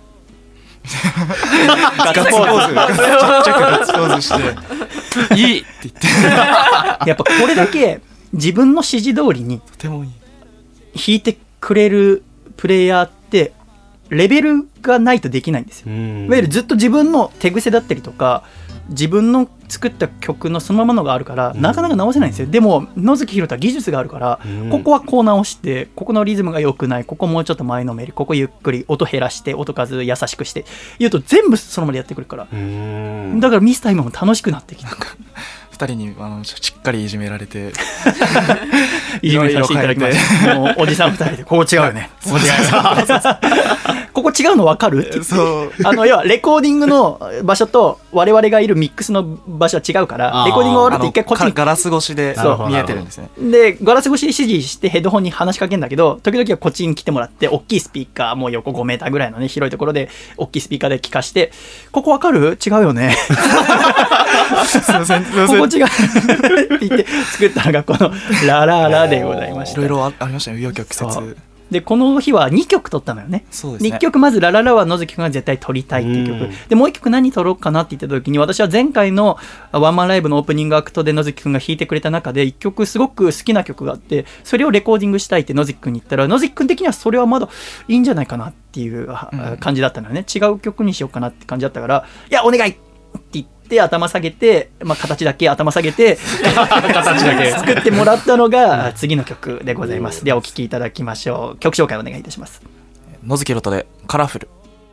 ガッツポーズちっちゃくガッツポーズしていいって言ってやっぱこれだけ自分の指示通りにとてもいい弾いてくれるプレイヤーってレベルがないとできないんですよ。いわゆるずっと自分の手癖だったりとか自分の作った曲のそのままのがあるから、なかなか直せないんですよ。でも野月ひろたは技術があるから、ここはこう直して、ここのリズムが良くない、ここもうちょっと前のめり、ここゆっくり音減らして音数優しくして言うと全部そのままでやってくるから、だからミスター Mも楽しくなってきた。 2人にしっかりいじめられていじめさせていただきました。もうおじさん2人でここ違うよねここ違うの分かるって言って、要はレコーディングの場所と我々がいるミックスの場所は違うから、レコーディング終わると一回こっちにガラス越しで見えてるんですね。 でガラス越しで指示してヘッドホンに話しかけるんだけど、時々はこっちに来てもらって大きいスピーカー、もう横5メーターぐらいのね広いところで大きいスピーカーで聞かして、ここ分かる？違うよねすいませんここ違うって言って作ったのがこのラララでございました。 いろいろありましたね、紆余曲折でこの日は2曲撮ったのよね。 そうですね。 1曲まずラララは野月くんが絶対撮りたいっていう曲で、もう1曲何撮ろうかなって言った時に、私は前回のワンマンライブのオープニングアクトで野月くんが弾いてくれた中で1曲すごく好きな曲があって、それをレコーディングしたいって野月くんに言ったら、野月くん的にはそれはまだいいんじゃないかなっていう感じだったのよね。違う曲にしようかなって感じだったから、いやお願いって言ってで頭下げて、形だけ頭下げて形だけ作ってもらったのが次の曲でございます。ではお聴きいただきましょう。曲紹介お願いいたします。 野月ひろたでカラフル。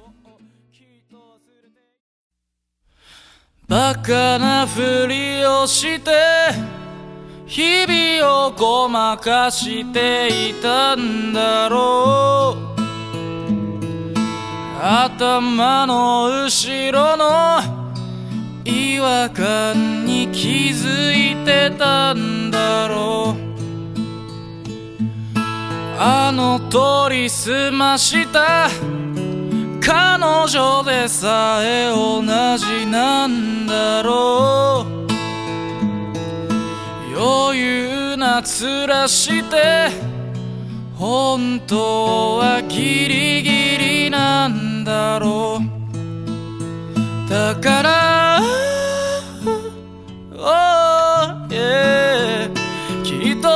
バカなふりをして日々をごまかしていたんだろう。頭の後ろの違和感に気づいてたんだろう。取りすました彼彼女でさえ同じなんだろう。余裕な面して本当はギリギリなんだろう。だからoh, yeah. きっと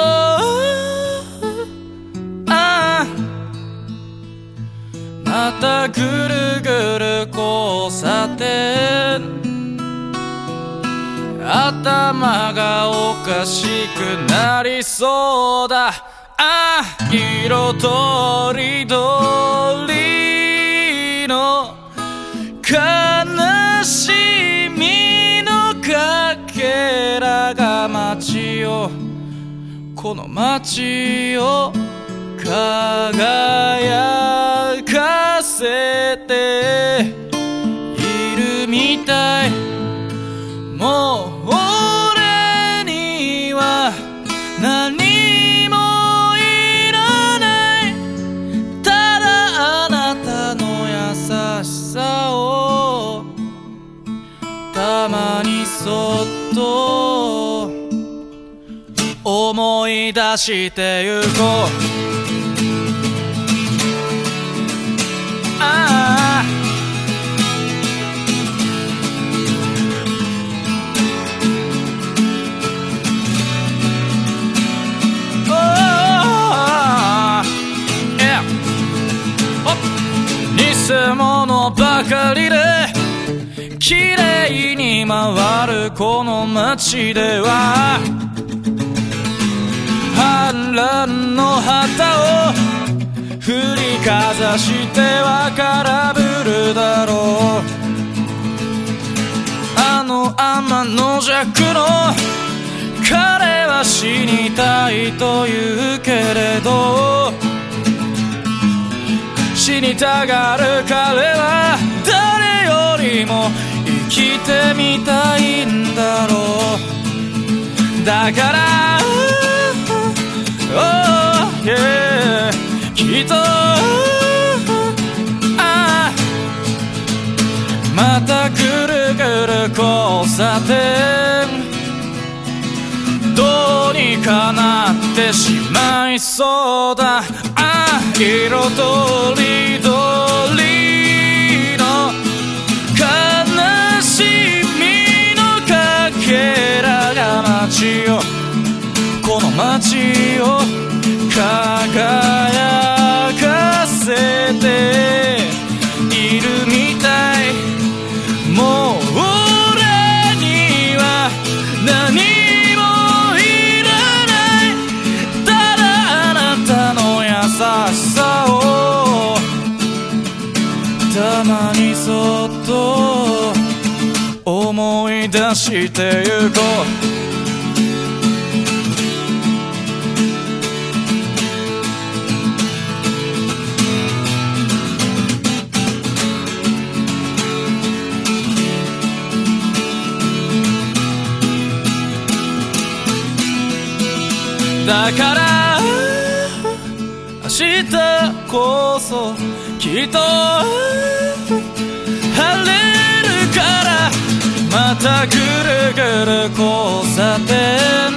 またぐるぐる交差点、頭がおかしくなりそうだ。色とりどりの悲しみのかけらが街を、この街を輝かせているみたい。もう俺には何もいらない、ただあなたの優しさをたまにそっと思い出してゆこう。偽物ばかりで綺麗に回るこの街では、反乱の旗を振りかざしては空振るだろう。あの天の弱の彼は死にたいと言うけれど、死にたがる彼は誰よりも生きてみたいんだろう。だからoh, yeah. きっとまたぐるぐる交差点、どうにかなってしまいそうだ。色とりどりの悲しみのかけらが街を、この街を輝かせているみたい。もう俺には何もいらない、ただあなたの優しさをたまにそっと思い出してゆこう。だから明日こそきっと晴れるから、またぐるぐる交差点、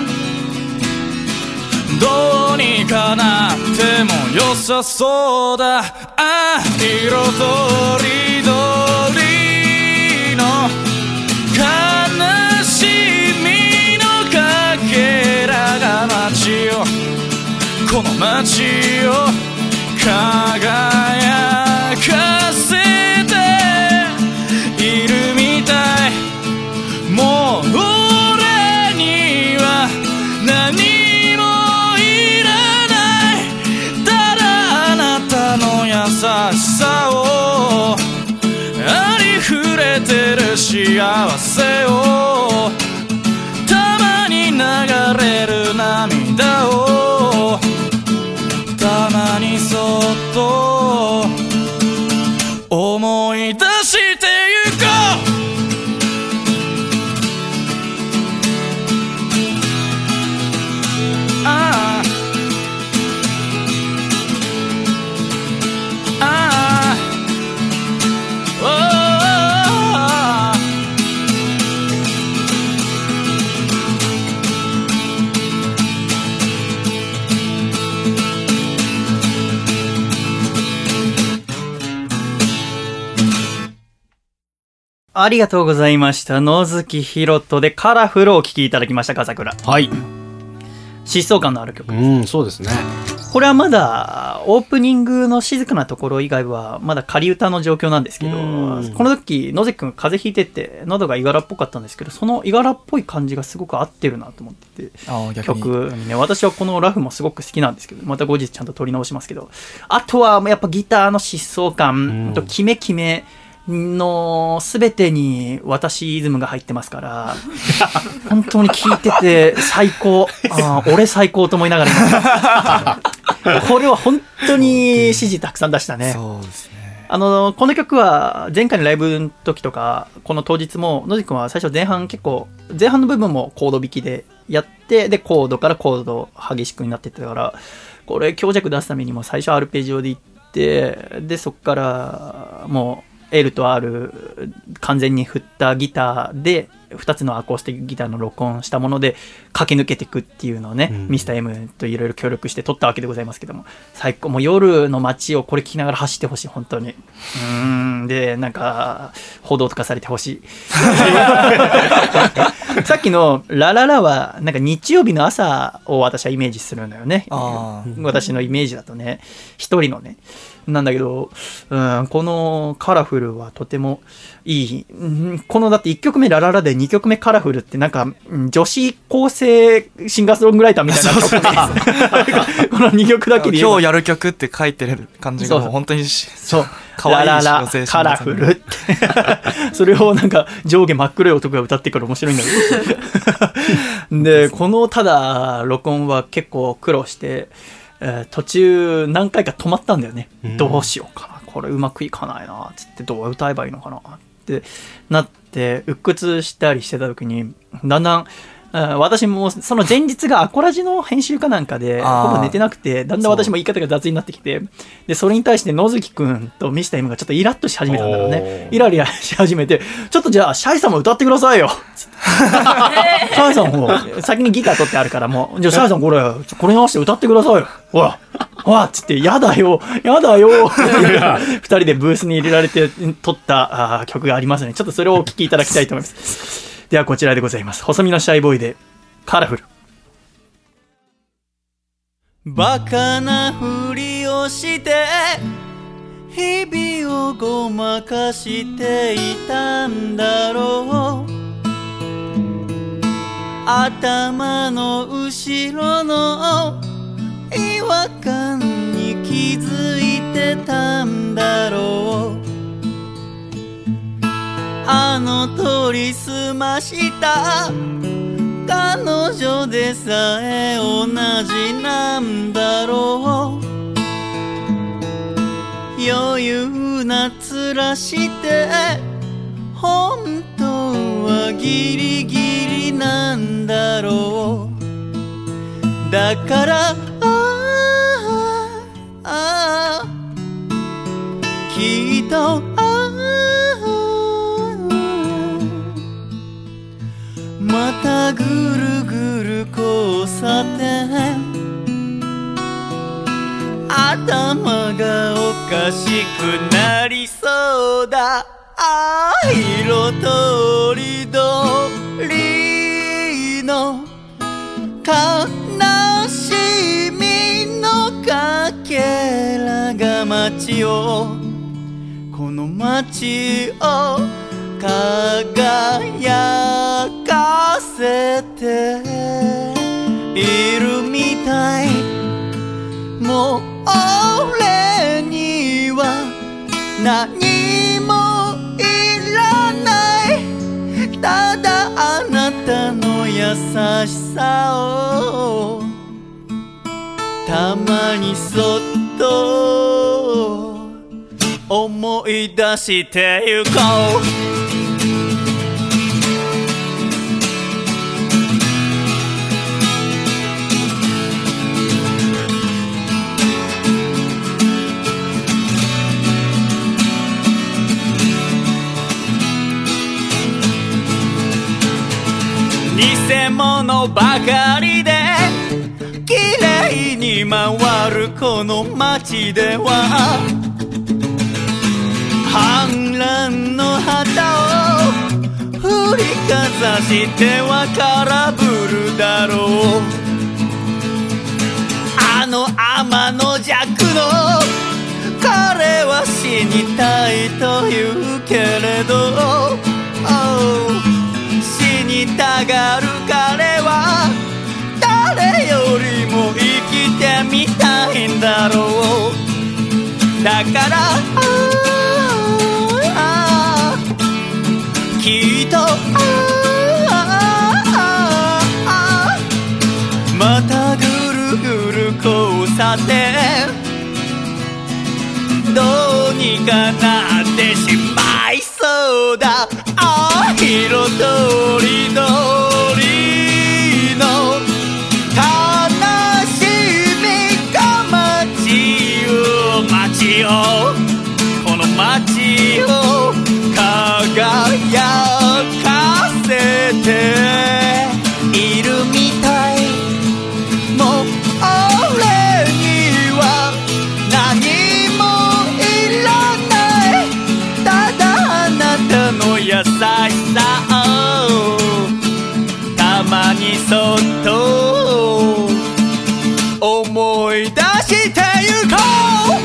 どうにかなっても良さそうだ。色とりどりの悲しみのかけらが街を、この街を輝かせているみたい。もう俺には何もいらない、ただあなたの優しさを、ありふれてる幸せを、たまに流れる涙をたまにそっと思い出してゆこう。おありがとうございました。野月ひろとでカラフルをお聴きいただきました。笠倉。 はい。 疾走感のある曲。 そうですね。 これはまだオープニングの静かなところ以外はまだ仮歌の状況なんですけど、この時野関くん風邪ひいてて喉がいがらっぽかったんですけど、そのいがらっぽい感じがすごく合ってるなと思ってて、曲にね、私はこのラフもすごく好きなんですけど、また後日ちゃんと撮り直しますけど、あとはやっぱギターの疾走感とキメキメの全てに私イズムが入ってますから本当に聴いてて最高。俺最高と思いながらこれは本当に指示たくさん出したね。 そうですね。 この曲は前回のライブの時とかこの当日も野地君は最初前半の部分もコード弾きでやって、でコードからコード激しくになっていったから、これ強弱出すためにも最初アルペジオでいって、でそこからもうL と R 完全に振ったギターで2つのアコースティックギターの録音したもので駆け抜けていくっていうのをね、ミスター M といろいろ協力して撮ったわけでございますけども、最高。もう夜の街をこれ聴きながら走ってほしい、本当に。でなんか報道とかされてほしいさっきのラララはなんか日曜日の朝を私はイメージするのよね。私のイメージだとね、一人のねなんだけど、このカラフルはとてもいい。このだって1曲目ラララで2曲目カラフルってなんか女子高生シンガーソングライターみたいな曲でこの2曲だけで今日やる曲って書いてる感じがもう本当にそうかわいいラララカラフルってそれをなんか上下真っ黒い男が歌ってから面白いんだけどでこのただ録音は結構苦労して途中何回か止まったんだよね。どうしようかな、これうまくいかないなつって、どう歌えばいいのかなってなって鬱屈したりしてた時に、だんだん私もその前日がアコラジの編集かなんかでほぼ寝てなくて、だんだん私も言い方が雑になってきて、でそれに対して野月くんとミスター M がちょっとイラッとし始めたんだろうね。イライラし始めて、ちょっとじゃあシャイさんも歌ってくださいよシャイさんも先にギター取ってあるから、もうじゃあシャイさんこれ直して歌ってくださいよ、ほらっつって、やだよ二人でブースに入れられて撮った曲がありますので、ちょっとそれをお聴きいただきたいと思いますではこちらでございます。細身のシャイボーイでカラフル。 バカなふりをして日々をごまかしていたんだろう。頭の後ろの違和感に気づいてたんだろう。あの通りすました彼女でさえ同じなんだろう。余裕な面して本当はギリギリなんだろう。だからきっとまたぐるぐる交差点、頭がおかしくなりそうだ。色とりどりの悲しみのかけらが街を、この街を輝かせているみたい。もう俺には何もいらない、ただあなたの優しさをたまにそっと思い出してゆこう。偽物ばかりで綺麗に回るこの街では、反乱の旗をしては空振るだろう。あの天の弱の彼は死にたいと言うけれど、死にたがる彼は誰よりも生きてみたいんだろう。だからきっとまたぐるぐる交差点どうにかなってしまいそうだ。色とりどりの悲しみが街をこの街を輝かせているみたい。もう俺には何もいらない。ただあなたの優しさをたまにそっと思い出してゆこう。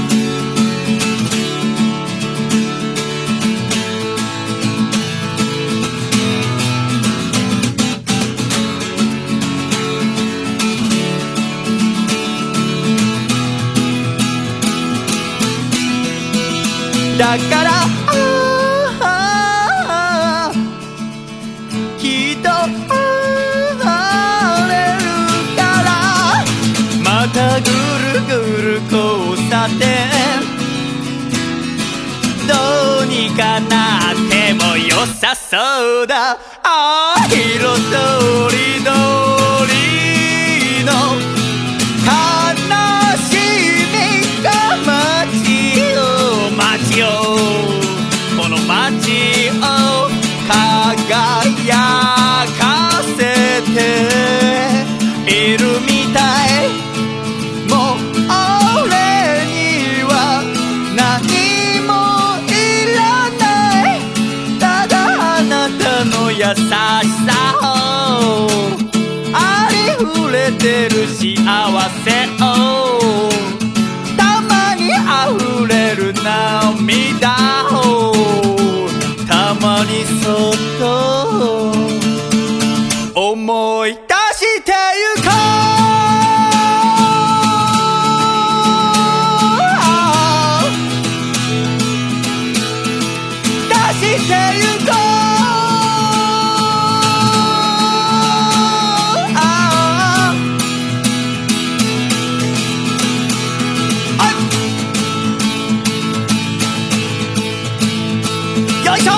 だからきっと晴れるからまたぐるぐる交差点どうにかなっても良さそうだ。色とりどりの悲しみが街をこの街を輝かせているみたい。もう俺には何もいらない。ただあなたの優しさをありふれてる幸せをたまに溢れる涙をたまにそっと思い出してゆこう。出してゆこう。よいしょ。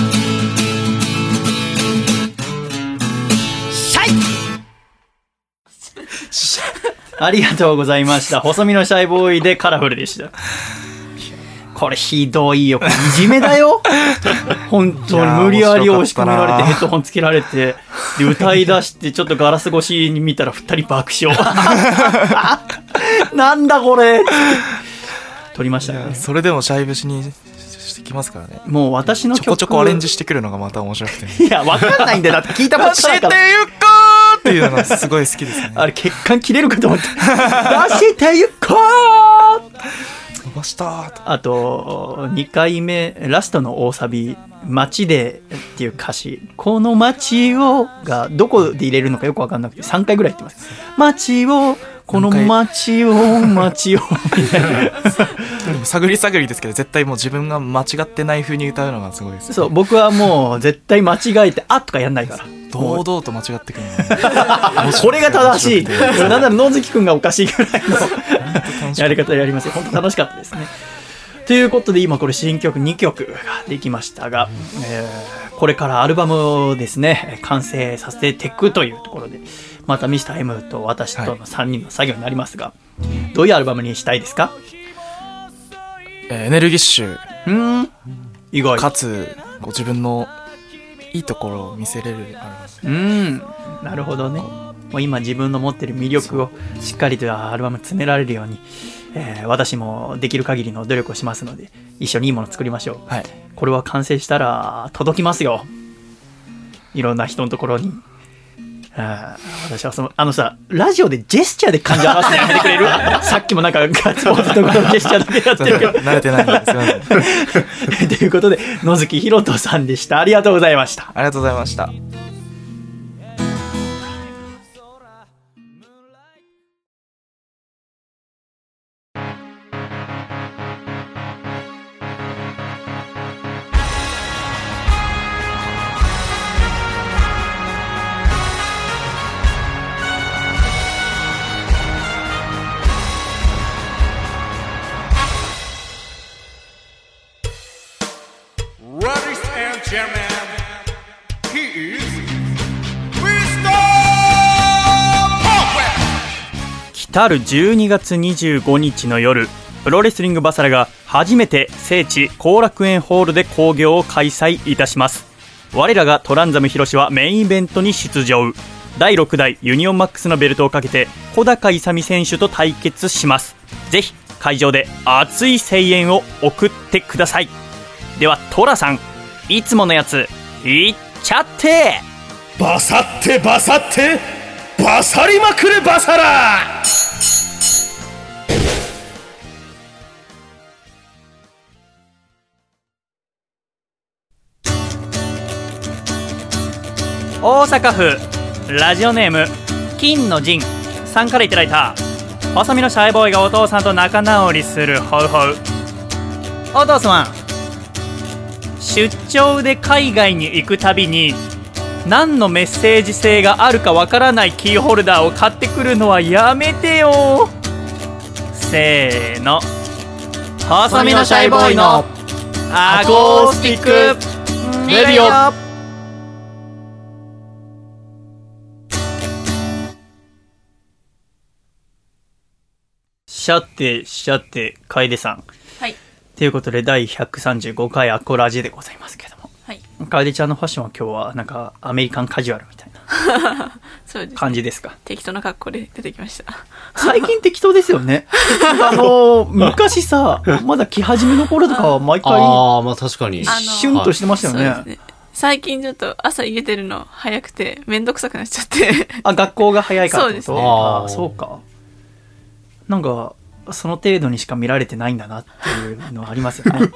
ありがとうございました。細身のシャイボーイでカラフルでした。これひどいよ。これいじめだよ。本当に無理やり押し込められてヘッドホンつけられてで歌い出してちょっとガラス越しに見たら2人爆笑。なんだこれ。撮りましたね。 それでもシャイ節にしてきますからね。 もう私の曲ちょこちょこアレンジしてくるのがまた面白くて、 いや分かんないんだよ。だって聞いたことないから。 出してゆこうっていうのがすごい好きですね。 あれ血管切れるかと思って。出してゆこう。 伸ばしたと。 あと2回目ラストの大サビ街でっていう歌詞、この街をがどこで入れるのかよく分かんなくて3回ぐらい言ってます。街をこの街を街をみたいな。 探り探りですけど絶対もう自分が間違ってない風に歌うのがすごいです、ね、 そう僕はもう絶対間違えてあとかやんないから堂々と間違ってくるのこれが正しい。なんなら野月くんがおかしいぐらいのやり方やりますよ。本当楽しかったですね。ということで今これ新曲2曲ができましたが、これからアルバムをですね完成させていくというところでまたミスター M と私との3人の作業になりますが、どういうアルバムにしたいですか？ エネルギッシュ意外かつこう自分のいいところを見せれるアルバム。なるほどね。もう今自分の持ってる魅力をしっかりとアルバム詰められるように、私もできる限りの努力をしますので一緒にいいもの作りましょう、はい、これは完成したら届きますよ。 いろんな人のところに。私はさ、ラジオでジェスチャーで感情を表してやめてくれるさっきもなんかガッツポーズところのジェスチャーだけやってるけど。 慣れてないんですよ。 ということで、野月ひろとさんでした。ありがとうございました。 ありがとうございました。 来る12月25日の夜、プロレスリングバサラが初めて聖地後楽園ホールで興行を開催いたします。我らがトランザム広志はメインイベントに出場。第6代ユニオンマックスのベルトをかけて小高勇選手と対決します。ぜひ会場で熱い声援を送ってください。ではトラさん、いつものやついっちゃって。 バサってバサってバサりまくれバサラ。 大阪府ラジオネーム金の陣さんからいただいた、細身のシャイボーイがお父さんと仲直りするホウホウ。お父さん、出張で海外に行くたびに何のメッセージ性があるかわからないキーホルダーを買ってくるのはやめてよ。せーの、細身のシャイボーイのアコースティックレディオ。さて楓さん、 はい、 ということで第135回アコラジでございますけども、 はい、 楓ちゃんのファッションは今日はなんかアメリカンカジュアルみたいなそうです、ね、 感じですか？ 適当な格好で出てきました。 最近適当ですよね。昔さ、まだ着始めの頃とかは毎回まあ確かにシュンとしてましたよね。 そうですね、最近ちょっと朝家出るの早くてめんどくさくなっちゃって学校が早いからってこと？ そうですね。 そうか。なんかその程度にしか見られてないんだなっていうのはありますよね。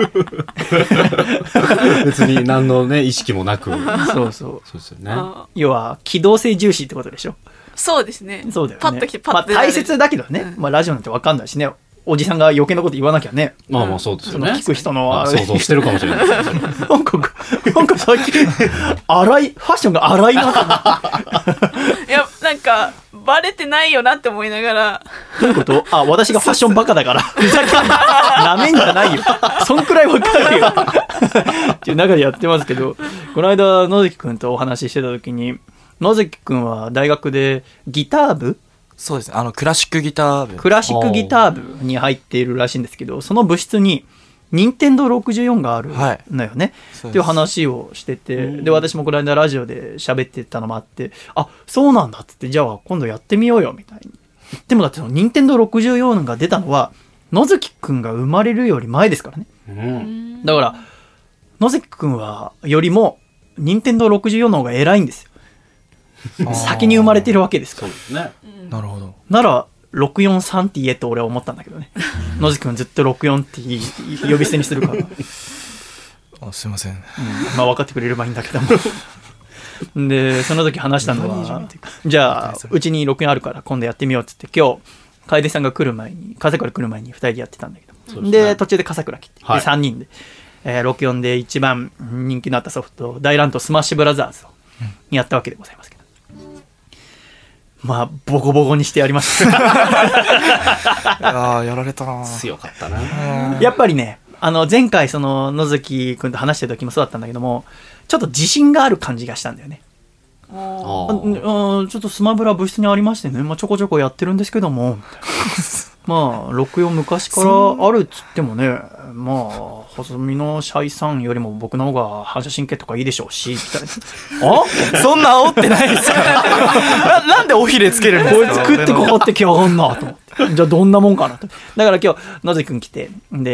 別に何のね意識もなく。 そうですよね。 要は機動性重視ってことでしょ。 そうですね。 そうだよね。 パッと来てパッと出られる。 大切だけどね、ラジオなんて分かんないしね。おじさんが余計なこと言わなきゃね。 まあそうですよね。 その聞く人の想像してるかもしれないです。 なんか最近ファッションが荒いな。 いや、なんかバレてないよなって思いながら。 どういうこと？私がファッションバカだからふざけんな、なめんじゃないよ。そんくらいわかるよっていう中でやってますけど、この間野関くんとお話ししてた時に、野関くんは大学でギター部？ そうですね、クラシックギター部。 クラシックギター部に入っているらしいんですけど、その部室に任天堂64があるのよね、っていう話をしてて、で私もこの間ラジオで喋ってたのもあって、そうなんだっつって、じゃあ今度やってみようよみたいに言っても、だってその任天堂64が出たのは野関くんが生まれるより前ですからね、だから野関くんはよりも任天堂64の方が偉いんですよ。先に生まれてるわけですから。そうですね。 なるほど。 なら643って言えと俺は思ったんだけどね。野関くんずっと64って呼び捨てにするからすいません、 まあ分かってくれればいいんだけどもでその時話したのは、じゃあうちに64あるから今度やってみようっつって、今日楓さんが来る前に、笠倉来る前に2人でやってたんだけど、で途中で笠倉来て、で3人で、64で一番人気のあったソフト大乱闘スマッシュブラザーズをやったわけでございますけど、まあボコボコにしてやりましたやられたな。 強かったな。 やっぱりね、前回その野関くんと話してる時もそうだったんだけども、ちょっと自信がある感じがしたんだよね。ちょっとスマブラ部室にありましてね、ちょこちょこやってるんですけどもまあ64昔からあるっつってもね、細身のシャイさんよりも僕の方が反射神経とかいいでしょうしみたいな。 そんな煽ってないですよなんでおひれつけるんですか？ こいつ食ってここってきやがんなと思って、じゃあどんなもんかなと。だから今日野関くん来て、で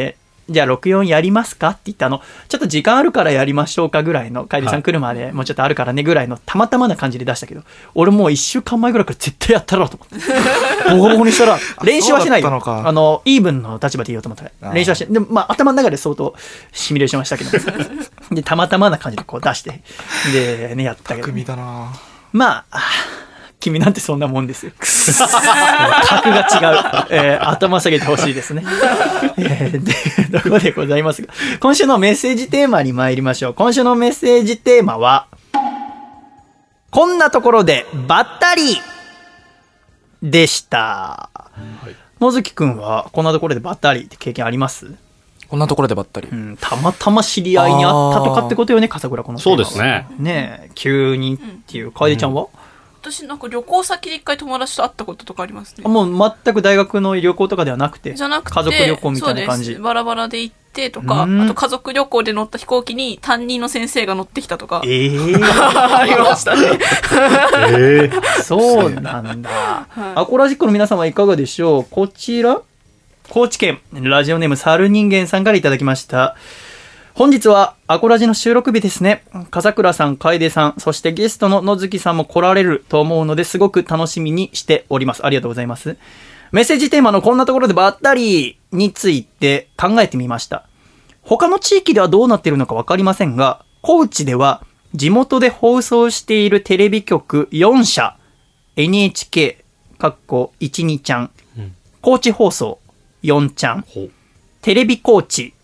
じゃあ64やりますかって言ってちょっと時間あるからやりましょうかぐらいの、楓さん来るまでもうちょっとあるからねぐらいのたまたまな感じで出したけど、俺もう1週間前ぐらいから絶対やったろうと思ってボコボコにしたら練習はしないよ。イーブンの立場で言おうと思ったら練習はして、でまあ頭の中で相当シミュレーションはしたけどでたまたまな感じでこう出してでねやったけど、 巧みだな。まあ君なんてそんなもんですよ。格が違う。頭下げてほしいですね。で、ところでございますが、今週のメッセージテーマに参りましょう。今週のメッセージテーマは、こんなところでばったりでした。野月くんはこんなところでばったりって経験あります？ こんなところでばったり。 たまたま知り合いにあったとかってことよね、笠倉このテーマは。 そうですね。 ねえ、急にっていう。楓ちゃんは？ 私なんか旅行先で一回友達と会ったこととかありますね。 もう全く大学の旅行とかではなくて、家族旅行みたいな感じ。 そうです。バラバラで行ってとか、あと家族旅行で乗った飛行機に担任の先生が乗ってきたとか。ありましたね。 そうなんだ。アコラジックの皆様いかがでしょう？こちら、高知県ラジオネーム猿人間さんからいただきました。本日はアコラジの収録日ですね。笠倉さん、楓さん、そしてゲストの野月さんも来られると思うのですごく楽しみにしております。ありがとうございます。メッセージテーマのこんなところでばったりについて考えてみました。他の地域ではどうなっているのかわかりませんが、高知では地元で放送しているテレビ局4社、NHK、12ちゃん、高知放送4ちゃん、テレビ高知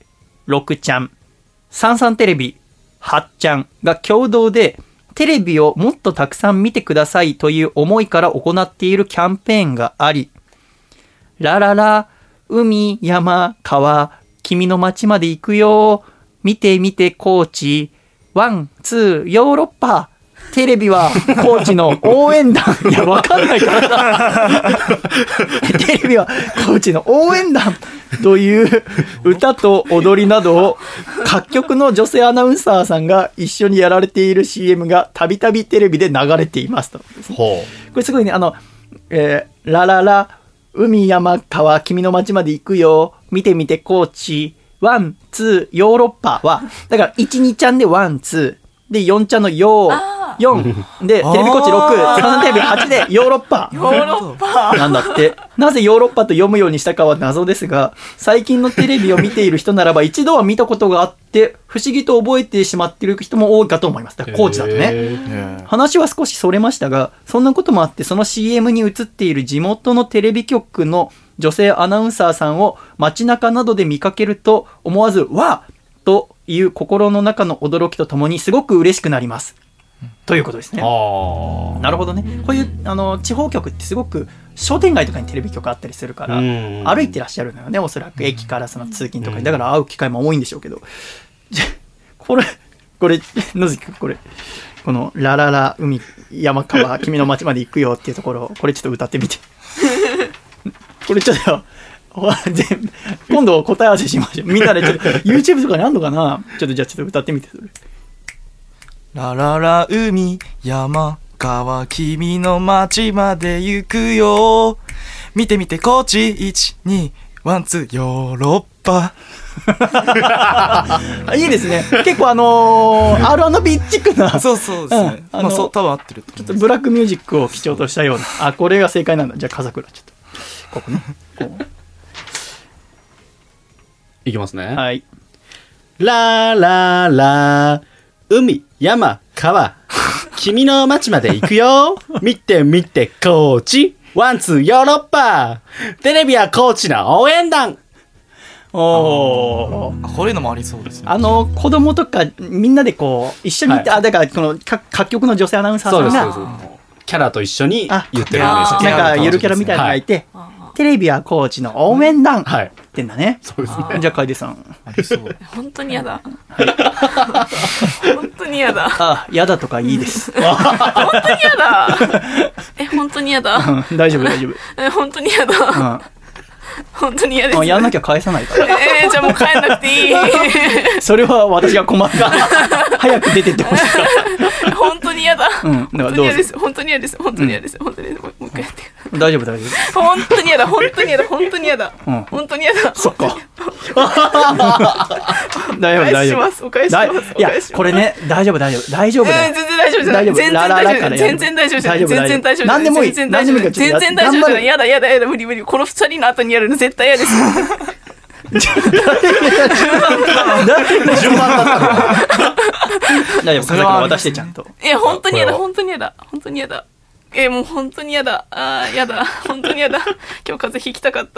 6ちゃん、33テレビ8ちゃんが共同でテレビをもっとたくさん見てくださいという思いから行っているキャンペーンがあり、ラララ、海、山、川、君の街まで行くよ、見て見て高知、ワン、ツー、ヨーロッパ、テレビは高知の応援団。いや、わかんないからな。テレビは高知の応援団という歌と踊りなどを各局の女性アナウンサーさんが一緒にやられている CM がたびたびテレビで流れていますと。これすごいね、ラララ、海山川、君の街まで行くよ、見てみて高知、ワン、ツー、ヨーロッパは、だから1、2ちゃんでワン、ツー、で、4ちゃんのヨー、4で、テレビ高知6、3テレビ8でヨーロッパ。 ヨーロッパなんだって。なぜヨーロッパと読むようにしたかは謎ですが、最近のテレビを見ている人ならば一度は見たことがあって、不思議と覚えてしまっている人も多いかと思います。だから高知だとね。話は少しそれましたが、そんなこともあって、その CM に映っている地元のテレビ局の女性アナウンサーさんを街中などで見かけると、思わず、わっという心の中の驚きとともにすごく嬉しくなります。ということですね。なるほどね。こういう地方局ってすごく商店街とかにテレビ局あったりするから歩いてらっしゃるのよね、おそらく駅からその通勤とかに。だから会う機会も多いんでしょうけど、これ野月君、このラララ海山川君の街まで行くよっていうところ、これちょっと歌ってみて。これちょっと今度答え合わせしましょう。みんなでちょっと YouTube とかにあんのかな。じゃあちょっと歌ってみて。それラララ海山川君の街まで行くよ、見て見て高知1、2、ワンツーヨーロッパ。 いいですね。結構R&B チックな。 そうですね。多分合ってると。 ちょっとブラックミュージックを基調としたような。これが正解なんだ。じゃあ笠倉ちょっとここね。 いきますね。 はい。 ラララ海山川君の街まで行くよ、見て見て高知、ワンツーヨーロッパ、テレビは高知の応援団。 こういうのもありそうですね。 子供とかみんなでこう一緒に行って、だからこの各局の女性アナウンサーさんがそうキャラと一緒に言ってるイメージ。 なんかゆるキャラみたいなのがいて、テレビは高知の応援団ってんだね。 そうですね。 じゃあ楓さん。 ありそう。 本当に嫌だ。本当に嫌だ。 嫌だとかいいです。 本当に嫌だ。本当に嫌だ。 大丈夫。 本当に嫌だ。本当に嫌です。 やんなきゃ返さないから。 じゃあもう帰んなくていい。 それは私が困る。早く出てってほしいから。 本当に嫌だ。 本当に嫌です。 本当に嫌です。本当に嫌です。もう一回やってください。 大丈夫大丈夫。 本当にやだ、本当にやだ、本当にやだ、本当にやだ。 そっか。大丈夫大丈夫。 お返しします。 いやこれね、大丈夫大丈夫大丈夫だよ。 全然大丈夫じゃない。全然大丈夫。全然大丈夫じゃない。全然大丈夫。 何でもいい。 全然大丈夫じゃない。やだやだやだ、無理無理。この2人の後にやるの絶対嫌です。 順番だったの。 大丈夫。それは渡してちゃんと。 いや本当にやだ、本当にやだ、本当にやだ。もう本当にやだ。やだ、本当にやだ。今日風邪ひきたかった。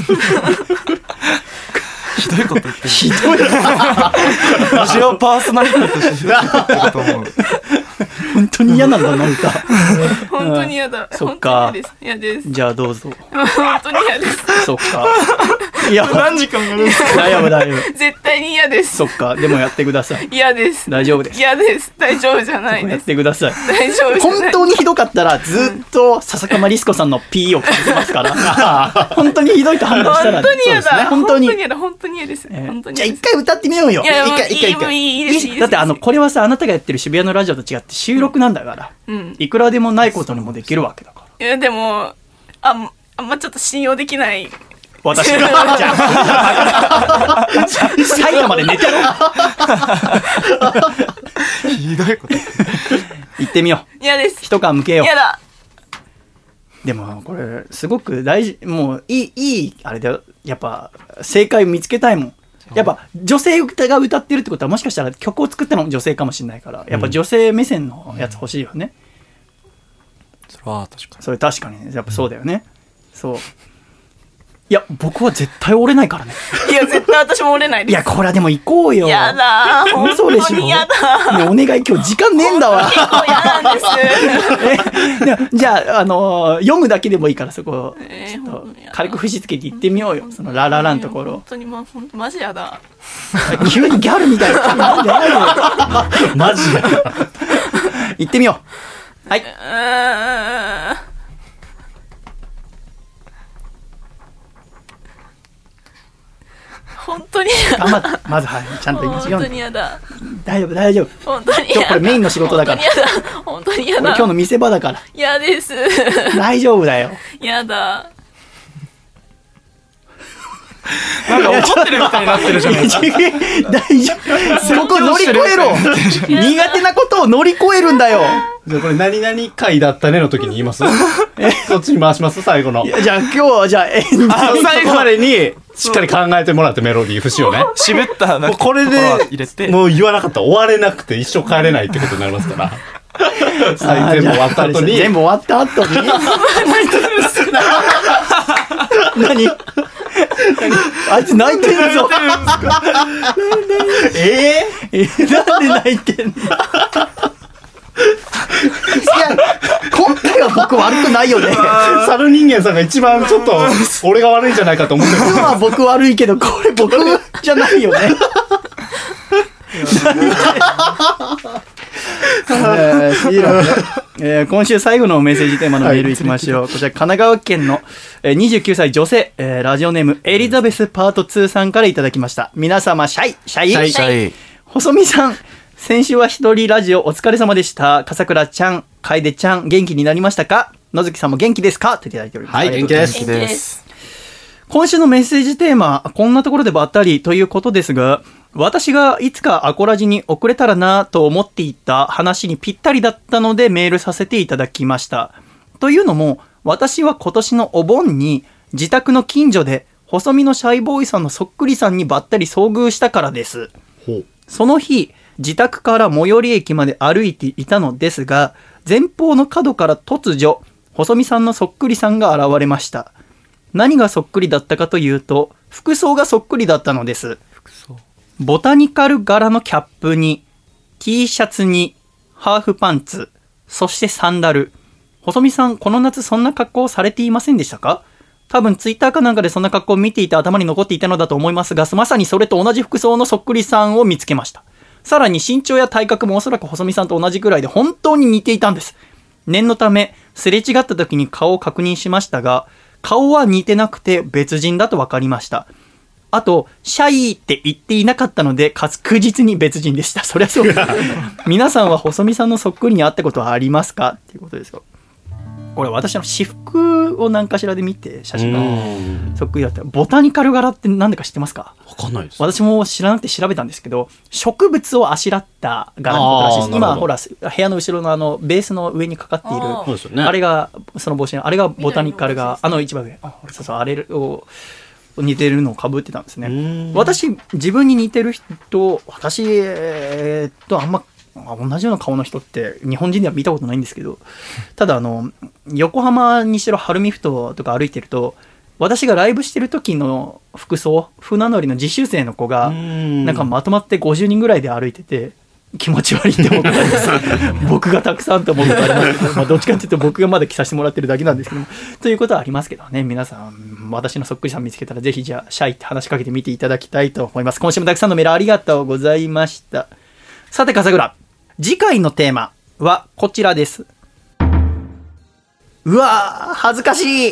ひどいこと言ってる。 ひどい。 私はパーソナリティとしてひどいこと言ってると思う。 本当に嫌なんだな、歌。 本当に嫌だ。 そっか。 嫌です。 じゃあどうぞ。 本当に嫌です。 そっか。いや、 何時間やるんですか。 大丈夫大丈夫。 絶対に嫌です。 そっか。でもやってください。 嫌です。 大丈夫です。 嫌です。大丈夫じゃないです。 やってください。 大丈夫です。 本当にひどかったらずっと笹かまりすこさんの P をかけてますから。本当にひどいと判断したら。 本当に嫌だ。 本当に嫌だ。本当に嫌です。 じゃあ一回歌ってみようよ。 一回。いいです。 だってこれはさ、あなたがやってる渋谷のラジオと違って収録なんだから、いくらでもないことにもできるわけだから。 いやでもあんまちょっと信用できない。 私がじゃあ埼玉で寝てろ。 ひどいこと言ってみよう。 嫌です。 一皮むけよう。 嫌だ。 でもこれすごく大事。もういいあれだよ。やっぱ正解を見つけたいもん。やっぱ女性が歌ってるってことはもしかしたら曲を作ったのも女性かもしれないから、やっぱ女性目線のやつ欲しいよね。 それは確かに。 それ確かにやっぱそうだよね。そう。いや僕は絶対折れないからね。 いや絶対私も折れないです。 いやこれはでも行こうよ。 やだー。本当にやだ。 ねお願い今日時間ねえんだわ。 結構嫌なんです。 じゃあ読むだけでもいいからそこちょっと軽く節つけて言ってみようよ。そのラララのところ。 本当に本当マジやだ。 急にギャルみたいな。 マジや。 言ってみよう。はい。 本当にまずはいちゃんと言いましょう。 本当にやだ。 大丈夫大丈夫。 本当に今日これメインの仕事だから。 本当にやだ。 今日の見せ場だから。 嫌です。 大丈夫だよ。 やだ。 なんか怒ってるみたいになってるじゃないですか。 大丈夫。ここ乗り越えろ。苦手なことを乗り越えるんだよ。 じゃあこれ何々回だったねの時に言います？そっちに回します最後の。 じゃあ今日はじゃあ最後までにしっかり考えてもらってメロディー節をね。 渋ったもうこれで入れてもう言わなかったら終われなくて一生帰れないってことになりますから。全部終わった後に。 全部終わった後に。何？あいつ泣いてるぞ。なんで泣いてんの？いや今回は僕悪くないよね。 猿人間さんが一番ちょっと俺が悪いんじゃないかと思ってる。 今は僕悪いけどこれ僕じゃないよね。今週最後のメッセージテーマのメールいきましょう。こちら神奈川県の29歳女性、ラジオネームエリザベスパート2さんからいただきました。皆様シャイ細見さん、先週は一人ラジオお疲れ様でした。笠倉ちゃん、楓ちゃん元気になりましたか？野月さんも元気ですか？といただいております。 はい、元気です。 今週のメッセージテーマ、こんなところでばったりということですが、私がいつかアコラジに送れたらなと思っていた話にぴったりだったのでメールさせていただきました。というのも、私は今年のお盆に自宅の近所で細身のシャイボーイさんのそっくりさんにばったり遭遇したからです。その日、自宅から最寄り駅まで歩いていたのですが、前方の角から突如、細見さんのそっくりさんが現れました。何がそっくりだったかというと、服装がそっくりだったのです。ボタニカル柄のキャップに T シャツにハーフパンツ、そしてサンダル。細見さん、この夏そんな格好をされていませんでしたか？多分ツイッターかなんかでそんな格好を見ていて頭に残っていたのだと思いますが、まさにそれと同じ服装のそっくりさんを見つけました。さらに身長や体格もおそらく細見さんと同じくらいで本当に似ていたんです。念のためすれ違った時に顔を確認しましたが、顔は似てなくて別人だと分かりました。あと、シャイって言っていなかったので確実に別人でした。そりゃそう皆さんは細見さんのそっくりに会ったことはありますかっていうことですよ。 これ私の私服を何かしらで見て写真がそっくりだった。ボタニカル柄って何でか知ってますか？ わかんないです。 私も知らなくて調べたんですけど、植物をあしらった柄のことらしいです。今ほら部屋の後ろのベースの上にかかっている あれがその帽子のあれがボタニカルが一番上、そうそう、あれを似てるのをかぶってたんですね。私自分に似てる人、私とあんま同じような顔の人って日本人では見たことないんですけど、ただ横浜にしろ晴海ふ頭とか歩いてると、私がライブしてる時の服装、船乗りの実習生の子がなんかまとまって50人ぐらいで歩いてて気持ち悪いって思ったんです僕がたくさんと思うことありますけど、どっちかっていうと僕がまだ着させてもらってるだけなんですけども、ということはありますけどね。皆さん私のそっくりさん見つけたらぜひじゃあシャイって話しかけてみていただきたいと思います。今週もたくさんのメールありがとうございました。さて笠倉、次回のテーマはこちらです。うわー恥ずかしい。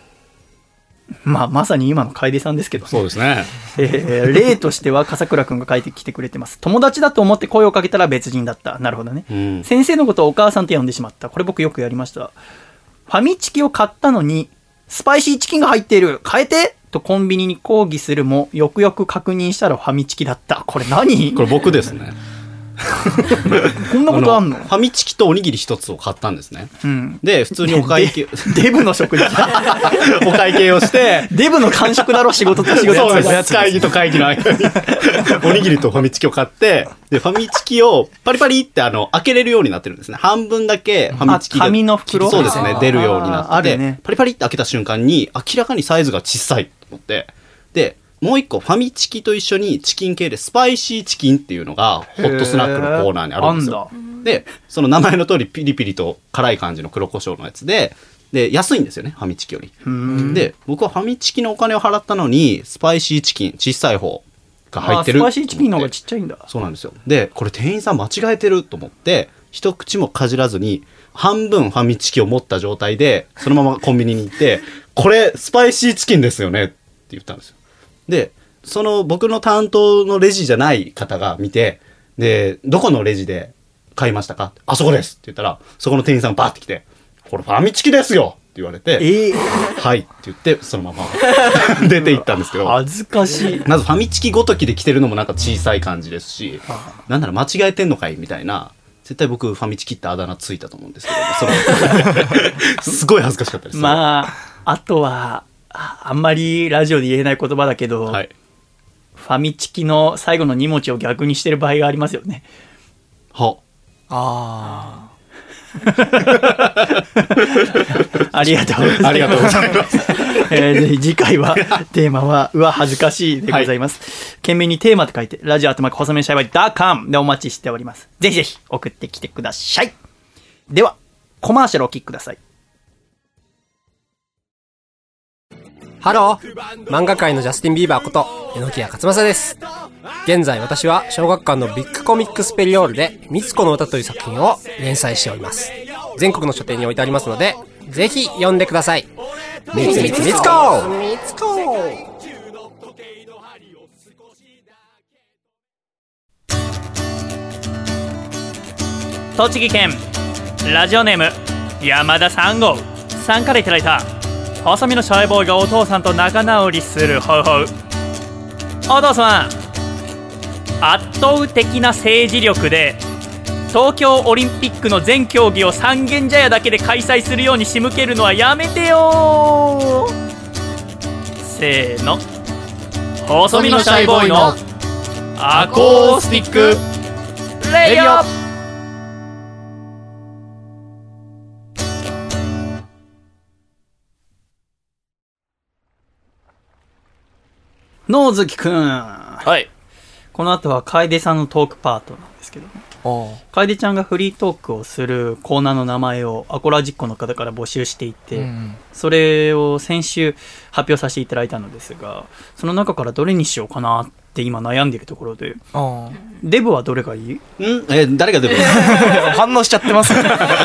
まさに今の楓さんですけど、ね、 そうですね。 例としては笠倉くんが書いてきてくれてます。友達だと思って声をかけたら別人だった。なるほどね、先生のことをお母さんと呼んでしまった。これ僕よくやりました。ファミチキを買ったのにスパイシーチキンが入っている、変えてとコンビニに抗議するもよくよく確認したらファミチキだった。これ何？ これ僕ですね。 こんなことあんの？ ファミチキとおにぎり一つを買ったんですね、で普通にお会計デブの食事お会計をしてデブの完食だろ、仕事と仕事そうです。会議と会議の間におにぎりとファミチキを買って、でファミチキをパリパリって開けれるようになってるんですね。半分だけファミチキが紙の袋、 そうですね、出るようになってて、 ね、 パリパリって開けた瞬間に明らかにサイズが小さいと思って、でもう一個ファミチキと一緒にチキン系でスパイシーチキンっていうのがホットスナックのコーナーにあるんですよ。でその名前の通りピリピリと辛い感じの黒胡椒のやつで安いんですよね、ファミチキより。で僕はファミチキのお金を払ったのにスパイシーチキン小さい方が入ってる。 スパイシーチキンの方がちっちゃいんだ。 そうなんですよ。でこれ店員さん間違えてると思って一口もかじらずに半分ファミチキを持った状態でそのままコンビニに行ってこれスパイシーチキンですよねって言ったんですよ。でその僕の担当のレジじゃない方が見て、でどこのレジで買いましたか、あそこですって言ったら、そこの店員さんがバーって来て、これファミチキですよって言われて、はいって言ってそのまま出て行ったんですけど、 恥ずかしい。 まずファミチキごときで着てるのもなんか小さい感じですし、なんなら間違えてんのかいみたいな。絶対僕ファミチキってあだ名ついたと思うんですけど、すごい恥ずかしかったです。 あとはあんまりラジオで言えない言葉だけど、ファミチキの最後の2文字を逆にしてる場合がありますよね。ありがとうございます。ぜひ次回はテーマはうわ恥ずかしいでございます。懸命にテーマと書いてラジオ@細めしゃべり.comでお待ちしております。ぜひぜひ送ってきてください。ではコマーシャルをお聞きください。 ハロー、漫画界のジャスティン・ビーバーこと榎谷勝正です。現在私は小学館のビッグコミックスペリオールでみつこの歌という作品を連載しております。全国の書店に置いてありますのでぜひ読んでください。みつみつみつこみつこ。 栃木県ラジオネーム山田3号さんからいただいた細身のシャイボーイがお父さんと仲直りするホウホウ。お父さん、圧倒的な政治力で東京オリンピックの全競技を三軒茶屋だけで開催するように仕向けるのはやめてよ。せーの、細身のシャイボーイのアコースティックレディオ。野月くん、 はい、 この後は楓さんのトークパートなんですけども、楓ちゃんがフリートークをするコーナーの名前をアコラジッコの方から募集していて、それを先週発表させていただいたのですが、その中からどれにしようかなって今悩んでいるところで、デブはどれがいい？ 誰がデブ？ 反応しちゃってます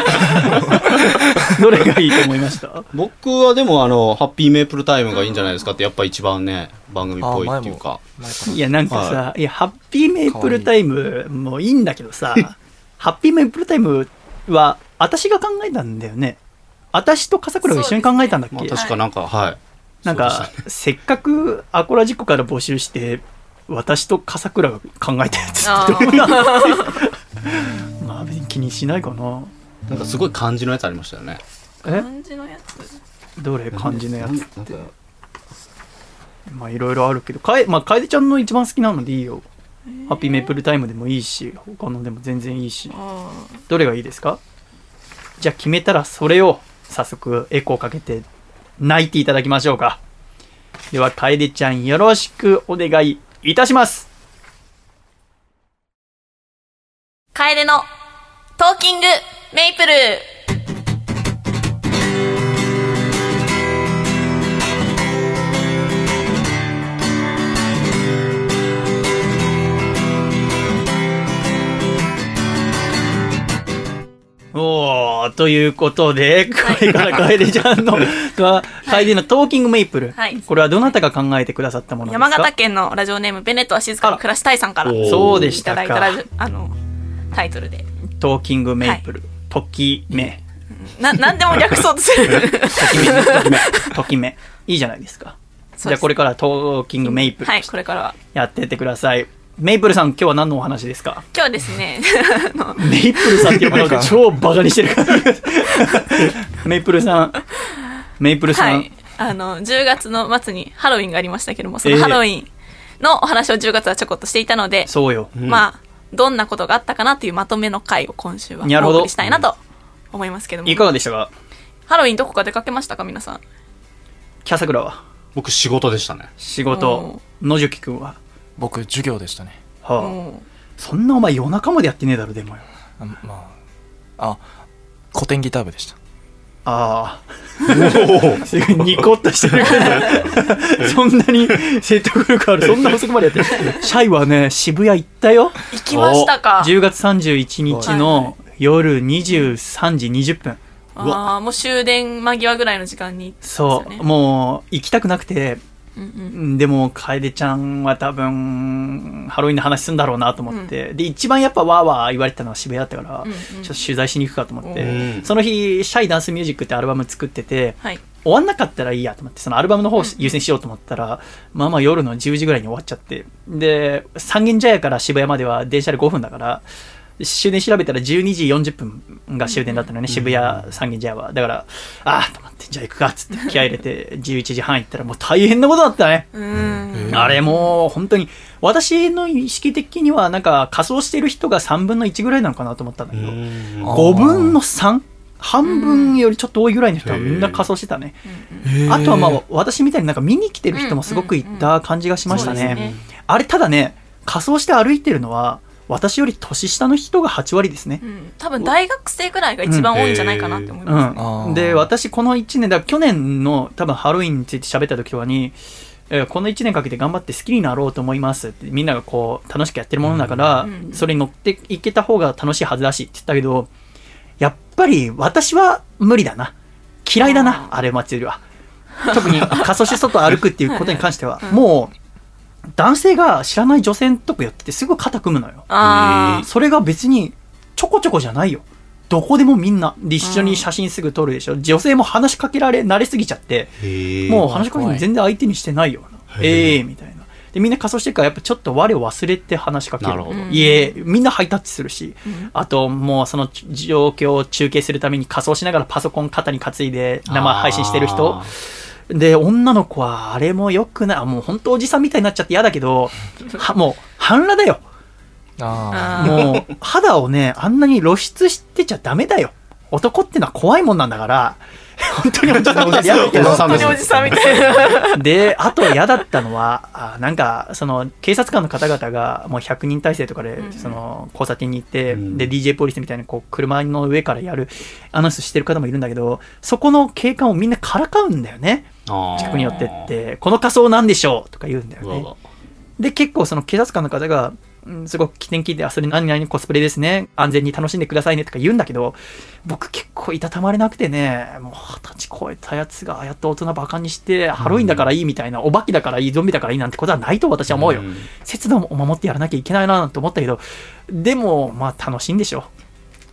どれがいいと思いました？ 僕はでもハッピーメープルタイムがいいんじゃないですかって、やっぱ一番ね番組っぽいっていうか。 いやなんかさ、いやハッピーメープルタイムもいいんだけどさハッピーメープルタイムは私が考えたんだよね。 私と笠倉が一緒に考えたんだっけ、 まあ、確かなんか、はい。 なんか、せっかくアコラジコから募集して、私と笠倉が考えたやつってどうなんだってまあ別に気にしないかな。 なんかすごい漢字のやつありましたよね。 漢字のやつどれ漢字のやつってまあいろいろあるけど、まあ、楓ちゃんの一番好きなのでいいよ。ハッピーメイプルタイムでもいいし、他のでも全然いいし、どれがいいですか？じゃあ決めたらそれを早速エコーかけて泣いていただきましょうか。では楓ちゃんよろしくお願いいたします。 楓のトーキングメイプル。 おー、ということで、これから楓ちゃんの、楓のトーキングメイプル、はい。これはどなたが考えてくださったものですか？ 山形県のラジオネームベネットは静かに暮らしたいさんからそうでしたか。 いただいたタイトルで。 トーキングメイプル、はい、ときめ。 なんでも略そうとする。 ときめ。いいじゃないですか。じゃあこれからトーキングメイプル。 はい、これからは。 やってってください。メイプルさん、今日は何のお話ですか？ 今日はですね、 メイプルさんって呼ぶのが超バカにしてるから。メイプルさん。はい。 10月の末にハロウィンがありましたけども、そのハロウィンのお話を10月はちょこっとしていたので、 そうよ。 まあ、どんなことがあったかなというまとめの回を今週はお送りしたいなと思いますけども。 いかがでしたか？ ハロウィンどこか出かけましたか皆さん？ キャサクラは？ 僕仕事でしたね。 仕事。野宿くんは？ 僕授業でしたね。 はあ、そんなお前夜中までやってねえだろでもよ。 古典ギター部でした。 ああすごいニコッとしてるからそんなに説得力ある。そんな遅くまでやってる。シャイはね渋谷行ったよ。 行きましたか。 10月31日の夜23時20分。 ああ、もう終電間際ぐらいの時間に、ね、 そうもう行きたくなくて、でも楓ちゃんは多分ハロウィンの話するんだろうなと思って、で一番やっぱワーワー言われてたのは渋谷だったから、ちょっと取材しに行くかと思って、その日シャイダンスミュージックってアルバム作ってて、はい、終わんなかったらいいやと思ってそのアルバムの方を優先しようと思ったら、まあ夜の10時ぐらいに終わっちゃって、で三軒茶屋から渋谷までは電車で5分だから終電調べたら12時40分が終電だったのね、渋谷三軒茶屋は。だからと思ってじゃあ行くかっつって気合い入れて11時半行ったらもう大変なことだったね。あれもう本当に私の意識的にはなんか仮装してる人が3分の1ぐらいなのかなと思ったんだけど、5分の 3？ 半分よりちょっと多いぐらいの人はみんな仮装してたね。あとはまあ私みたいになんか見に来てる人もすごくいった感じがしましたね。あれただね仮装して歩いてるのは私より年下の人が8割ですね。 多分大学生ぐらいが一番多いんじゃないかなって思いますね。 で私この1年だ去年の多分ハロウィンについて喋った時とかに、この1年かけて頑張って好きになろうと思いますってみんながこう楽しくやってるものだから、それに乗っていけた方が楽しいはずだしって言ったけど、やっぱり私は無理だな、嫌いだな、あれ祭りは。特に仮装して外歩くっていうことに関してはもう男性が知らない女性のとこやっててすぐ肩組むのよ。それが別にちょこちょこじゃないよ。どこでもみんなで一緒に写真すぐ撮るでしょ。女性も話しかけられ慣れすぎちゃってもう話しかける全然相手にしてないよ。みたいな。でみんな仮装してるからやっぱちょっと我を忘れて話しかける。みんなハイタッチするし、あともうその状況を中継するために仮装しながらパソコン肩に担いで生配信してる人で、女の子はあれも良くない。もう本当おじさんみたいになっちゃって嫌だけどもう半裸だよ。もう肌をねあんなに露出してちゃダメだよ。男ってのは怖いもんなんだから本当におじさんみたいな本当におじさんみたいなであと嫌だったのはなんかその警察官の方々がもう100人体制とかでその交差点に行って、で DJ ポリスみたいなこう車の上からやるアナウンスしてる方もいるんだけど、そこの警官をみんなからかうんだよね。近くに寄ってってこの仮装なんでしょうとか言うんだよね。で結構その警察官の方がすごく起点聞いてそれ何々コスプレですね、安全に楽しんでくださいねとか言うんだけど、僕結構いたたまれなくてね、もう20歳超えたやつがああやって大人バカにしてハロウィンだからいいみたいな、お化けだからいいゾンビだからいいなんてことはないと私は思うよ。節度を守ってやらなきゃいけないななんて思ったけど、でもまあ楽しいんでしょ。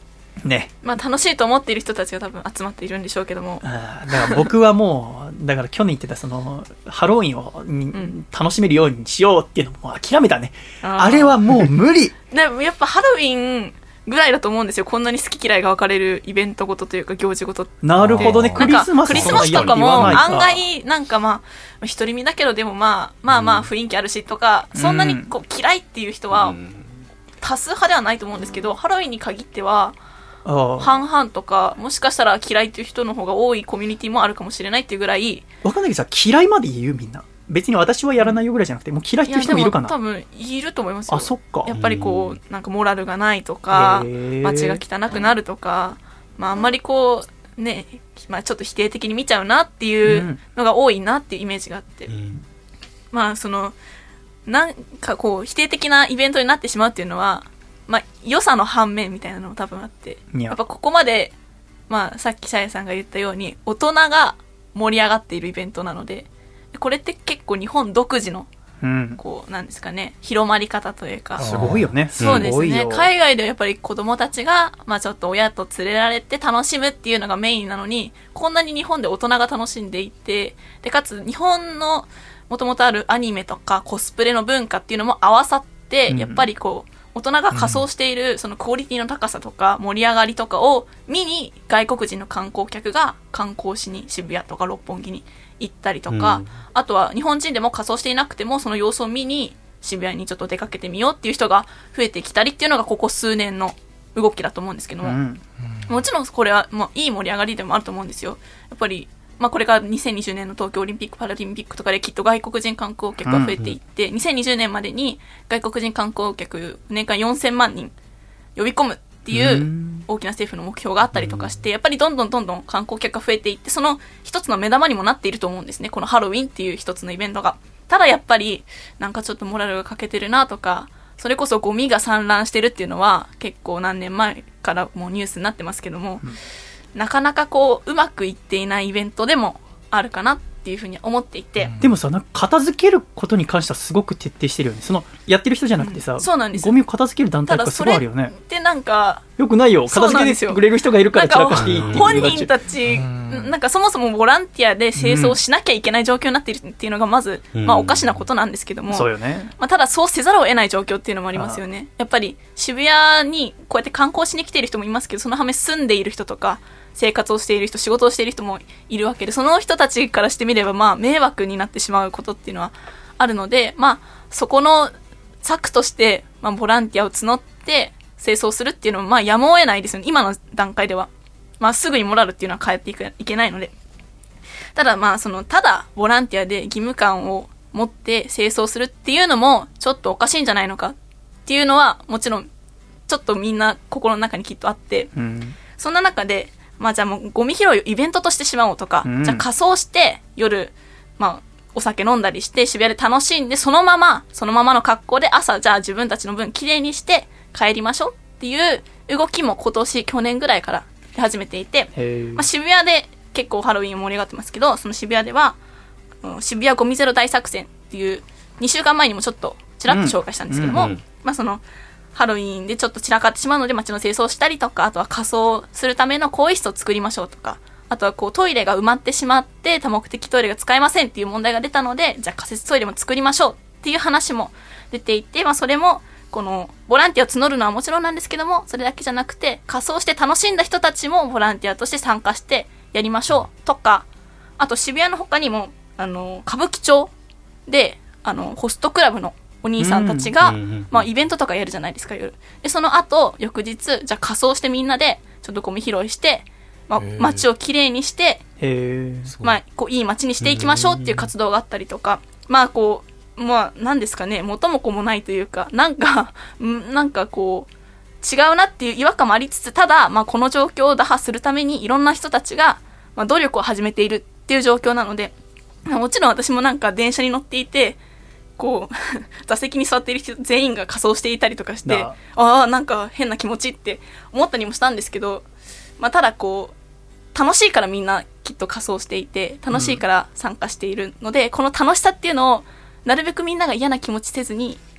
ね。 まあ楽しいと思っている人たちが多分集まっているんでしょうけども。 だから僕はもう、だから去年言ってたその、ハロウィンを楽しめるようにしようっていうのも諦めたね。あれはもう無理。 でもやっぱハロウィンぐらいだと思うんですよ。こんなに好き嫌いが分かれるイベントごとというか行事ごと。 なるほどね。クリスマスとかも案外なんかまあ独り身だけどでもまあ雰囲気あるしとか、そんなにこう嫌いっていう人は多数派ではないと思うんですけど、ハロウィンに限っては半々とか、もしかしたら嫌いっていう人の方が多いコミュニティもあるかもしれないっていうぐらい。 わかんないけどさ、嫌いまで言うみんな。別に私はやらないよぐらいじゃなくて、もう嫌いっていう人もいるかな。 多分いると思いますよ。 あ、そっか。 やっぱりこうなんかモラルがないとか、街が汚くなるとか、まああんまりこうね、まあちょっと否定的に見ちゃうなっていうのが多いなっていうイメージがあって、まあそのなんかこう否定的なイベントになってしまうっていうのは、まあ良さの反面みたいなのも多分あって、やっぱここまでまあさっきシャイさんが言ったように大人が盛り上がっているイベントなので。これって結構日本独自の、こうなんですかね、広まり方というか。 すごいよね。 そうですね。海外ではやっぱり子供たちが、まあちょっと親と連れられて楽しむっていうのがメインなのに、こんなに日本で大人が楽しんでいて、で、かつ日本のもともとあるアニメとかコスプレの文化っていうのも合わさって、やっぱりこう、大人が仮装しているそのクオリティの高さとか盛り上がりとかを見に外国人の観光客が観光しに渋谷とか六本木に行ったりとか、あとは日本人でも仮装していなくてもその様子を見に渋谷にちょっと出かけてみようっていう人が増えてきたりっていうのがここ数年の動きだと思うんですけども、もちろんこれはもういい盛り上がりでもあると思うんですよ。やっぱりまあこれから2020年の東京オリンピック・パラリンピックとかできっと外国人観光客が増えていって、2020年までに外国人観光客年間4000万人呼び込むっていう大きな政府の目標があったりとかして、やっぱりどんどん観光客が増えていって、その一つの目玉にもなっていると思うんですね、このハロウィンっていう一つのイベントが。ただやっぱりなんかちょっとモラルが欠けてるなとか、それこそゴミが散乱してるっていうのは結構何年前からもうニュースになってますけども、なかなかこううまくいっていないイベントでもあるかなっていうふうに思っていて、 でもさ、なんか片付けることに関してはすごく徹底してるよね。そのやってる人じゃなくてさ、 そうなんです。 ゴミを片付ける団体とかすごいあるよね。 でなんかよくないよ。片付けてくれる人がいるから散らかしていいっていう。 本人たちなんかそもそもボランティアで清掃しなきゃいけない状況になっているっていうのがまず、まあおかしなことなんですけども、 そうよね。 まあただそうせざるを得ない状況っていうのもありますよね。やっぱり渋谷にこうやって観光しに来ている人もいますけど、その反面住んでいる人とか生活をしている人、仕事をしている人もいるわけで、その人たちからしてみればまあ迷惑になってしまうことっていうのはあるので、まあそこの策として、まあ、ボランティアを募って清掃するっていうのもまあやむを得ないですよね、今の段階では。まあすぐにモラルっていうのは変えていけないので。ただまあただボランティアで義務感を持って清掃するっていうのもちょっとおかしいんじゃないのかっていうのはもちろんちょっとみんな心の中にきっとあって、そんな中でまあじゃあもうゴミ拾いをイベントとしてしまおうとか、じゃあ仮装して夜、まあお酒飲んだりして渋谷で楽しんで、そのままの格好で朝じゃあ自分たちの分きれいにして帰りましょうっていう動きも去年ぐらいから出始めていて、まあ、渋谷で結構ハロウィン盛り上がってますけど、その渋谷では渋谷ゴミゼロ大作戦っていう2週間前にもちょっとちらっと紹介したんですけども、まあそのハロウィンでちょっと散らかってしまうので街の清掃をしたりとか、あとは仮装するための更衣室を作りましょうとか、あとはこうトイレが埋まってしまって多目的トイレが使えませんっていう問題が出たので、じゃあ仮設トイレも作りましょうっていう話も出ていて、まあそれもこのボランティアを募るのはもちろんなんですけども、それだけじゃなくて仮装して楽しんだ人たちもボランティアとして参加してやりましょうとか、あと渋谷の他にも歌舞伎町でホストクラブのお兄さんたちが、まあイベントとかやるじゃないですか、夜で。その後翌日じゃあ仮装してみんなでちょっとゴミ拾いして、まあ、街をきれいにして、まあこういい街にしていきましょうっていう活動があったりとか、まあこうまあ何ですかね、元も子もないというか、なんかこう違うなっていう違和感もありつつ、ただまあこの状況を打破するためにいろんな人たちが、まあ、努力を始めているっていう状況なので、もちろん私もなんか電車に乗っていてこう座席に座っている人全員が仮装していたりとかして、ああなんか変な気持ちって思ったりもしたんですけど、まあただこう楽しいからみんなきっと仮装していて、楽しいから参加しているので、この楽しさっていうのをなるべくみんなが嫌な気持ちせずに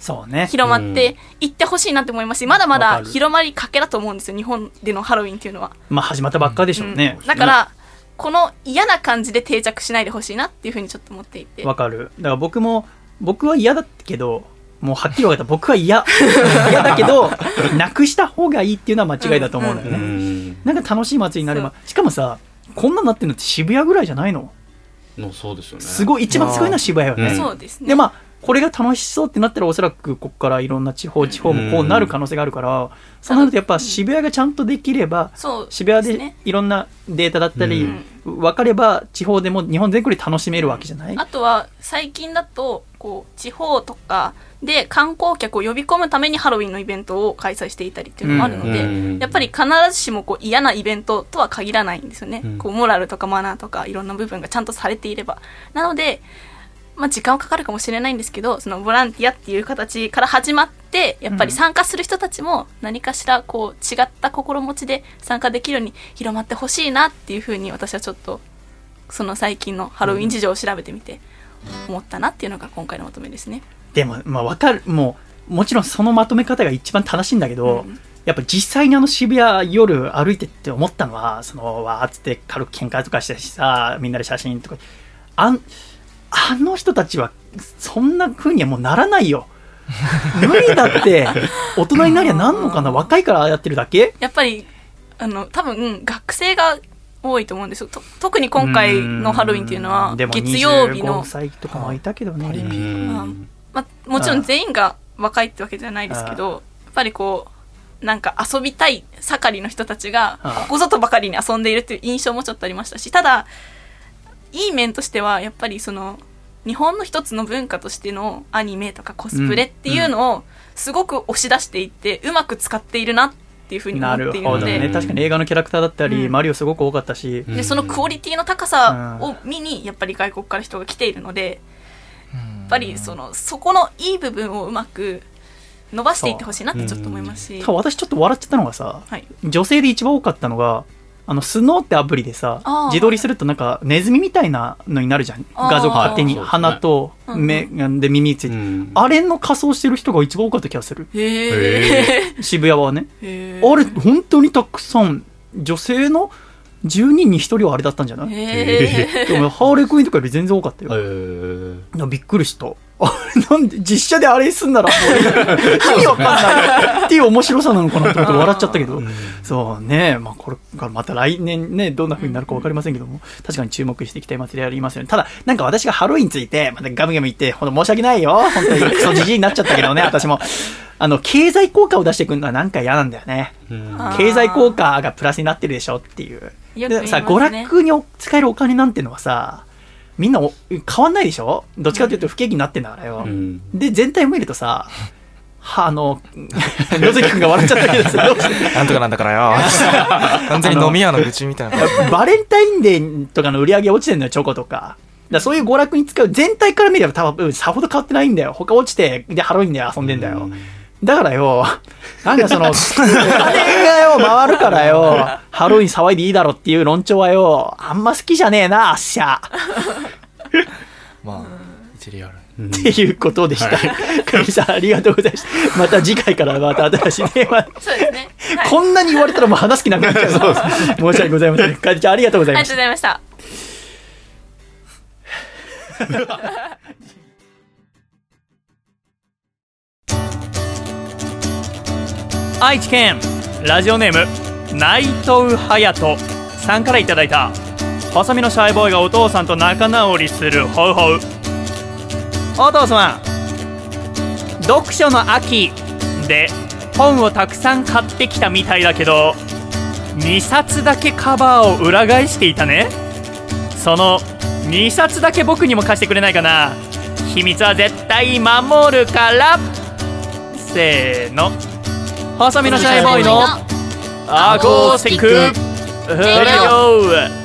そうね。 広まっていってほしいなって思いますし、まだまだ広まりかけだと思うんですよ、日本でのハロウィンっていうのは。 まあ始まったばっかでしょうね。 だからこの嫌な感じで定着しないでほしいなっていうふうにちょっと思っていて。 わかる。だから僕は嫌だけど、もうはっきり分かった。僕は嫌だけど、なくした方がいいっていうのは間違いだと思うのよね。なんか楽しい祭りになれば。しかもさ、こんなになってるのって渋谷ぐらいじゃないの？ そうですよね。 すごい、一番すごいのは渋谷よね。 そうですね。 で、まあ、これが楽しそうってなったらおそらくここからいろんな地方もこうなる可能性があるから、そうなるとやっぱ渋谷がちゃんとできれば、渋谷でいろんなデータだったり分かれば地方でも日本全国で楽しめるわけじゃない？ あとは最近だとこう地方とかで観光客を呼び込むためにハロウィンのイベントを開催していたりっていうのもあるので、やっぱり必ずしもこう嫌なイベントとは限らないんですよね。こうモラルとかマナーとかいろんな部分がちゃんとされていれば。なのでまあ、時間はかかるかもしれないんですけど、そのボランティアっていう形から始まってやっぱり参加する人たちも何かしらこう違った心持ちで参加できるように広まってほしいなっていうふうに、私はちょっとその最近のハロウィン事情を調べてみて思ったなっていうのが今回のまとめですね。 でも、まあ、分かる。もちろんそのまとめ方が一番正しいんだけど、やっぱ実際に渋谷夜歩いてって思ったのは、そのわーっつって軽く喧嘩とかしてさ、みんなで写真とか、あの人たちはそんな風にはもうならないよ。無理だって。大人になりゃなんのかな。若いからやってるだけ。 やっぱり多分学生が多いと思うんですよ。特に今回のハロウィンっていうのは月曜日の 25歳とかもいたけどね。 まあ、もちろん全員が若いってわけじゃないですけど、やっぱりこうなんか遊びたい盛りの人たちがここぞとばかりに遊んでいるっていう印象もちょっとありましたし、ただいい面としてはやっぱりその日本の一つの文化としてのアニメとかコスプレっていうのをすごく押し出していってうまく使っているなっていうふうに思っているので。 なるほどね。確かに映画のキャラクターだったり、マリオすごく多かったし、 でそのクオリティの高さを見にやっぱり外国から人が来ているので、やっぱりそこのいい部分をうまく伸ばしていってほしいなってちょっと思いますし、 私ちょっと笑っちゃったのがさ、女性で一番多かったのがスノーってアプリでさ、自撮りするとなんかネズミみたいなのになるじゃん。画像勝手に鼻と目で耳ついて、あれの仮装してる人が一番多かった気がする。渋谷はね。あれ本当にたくさん、女性の10人に1人はあれだったんじゃない？でもハーレークイーンとかより全然多かったよ。びっくりした。なんで実写であれすんならもう意味わかんないっていう面白さなのかなと思って笑っちゃったけど、そうね、まあこれがまた来年ねどんな風になるか分かりませんけども、確かに注目していきたい祭りありますよね。ただなんか私がハロウィンについてまたガムガム言ってほんと申し訳ないよ、本当にクソじじいになっちゃったけどね。私も経済効果を出してくるのはなんか嫌なんだよね。経済効果がプラスになってるでしょっていう。でさ、娯楽に使えるお金なんてのはさ、みんな変わんないでしょ。どっちかというと不景気になってんだからよ。で全体を見るとさ、野関君が笑っちゃったけどさ、 なんとかなんだからよ。完全に飲み屋の愚痴みたいな。 バレンタインデーとかの売り上げ落ちてんのよ、チョコとか。だそういう娯楽に使う全体から見れば多分さほど変わってないんだよ。他落ちてでハロウィンで遊んでんだよ。だからよ、なんかお金がよ回るからよ、ハロウィン騒いでいいだろっていう論調はよ、あんま好きじゃねえな、あっしゃ。 まあ一理あるっていうことでした。かみさんありがとうございました。また次回からまた新しいテーマ。 そうですね。 こんなに言われたらもう話す気なくなっちゃう。申し訳ございません。かみちゃんありがとうございました。 ありがとうございました。 愛知県ラジオネーム内藤隼人さんからいただいた、細身のシャイボーイがお父さんと仲直りするホウホウ。お父様、読書の秋で本をたくさん買ってきたみたいだけど、2冊だけカバーを裏返していたね。その2冊だけ僕にも貸してくれないかな。秘密は絶対守るから。せーの、細身のシャイボーイのアコースティックレディオ。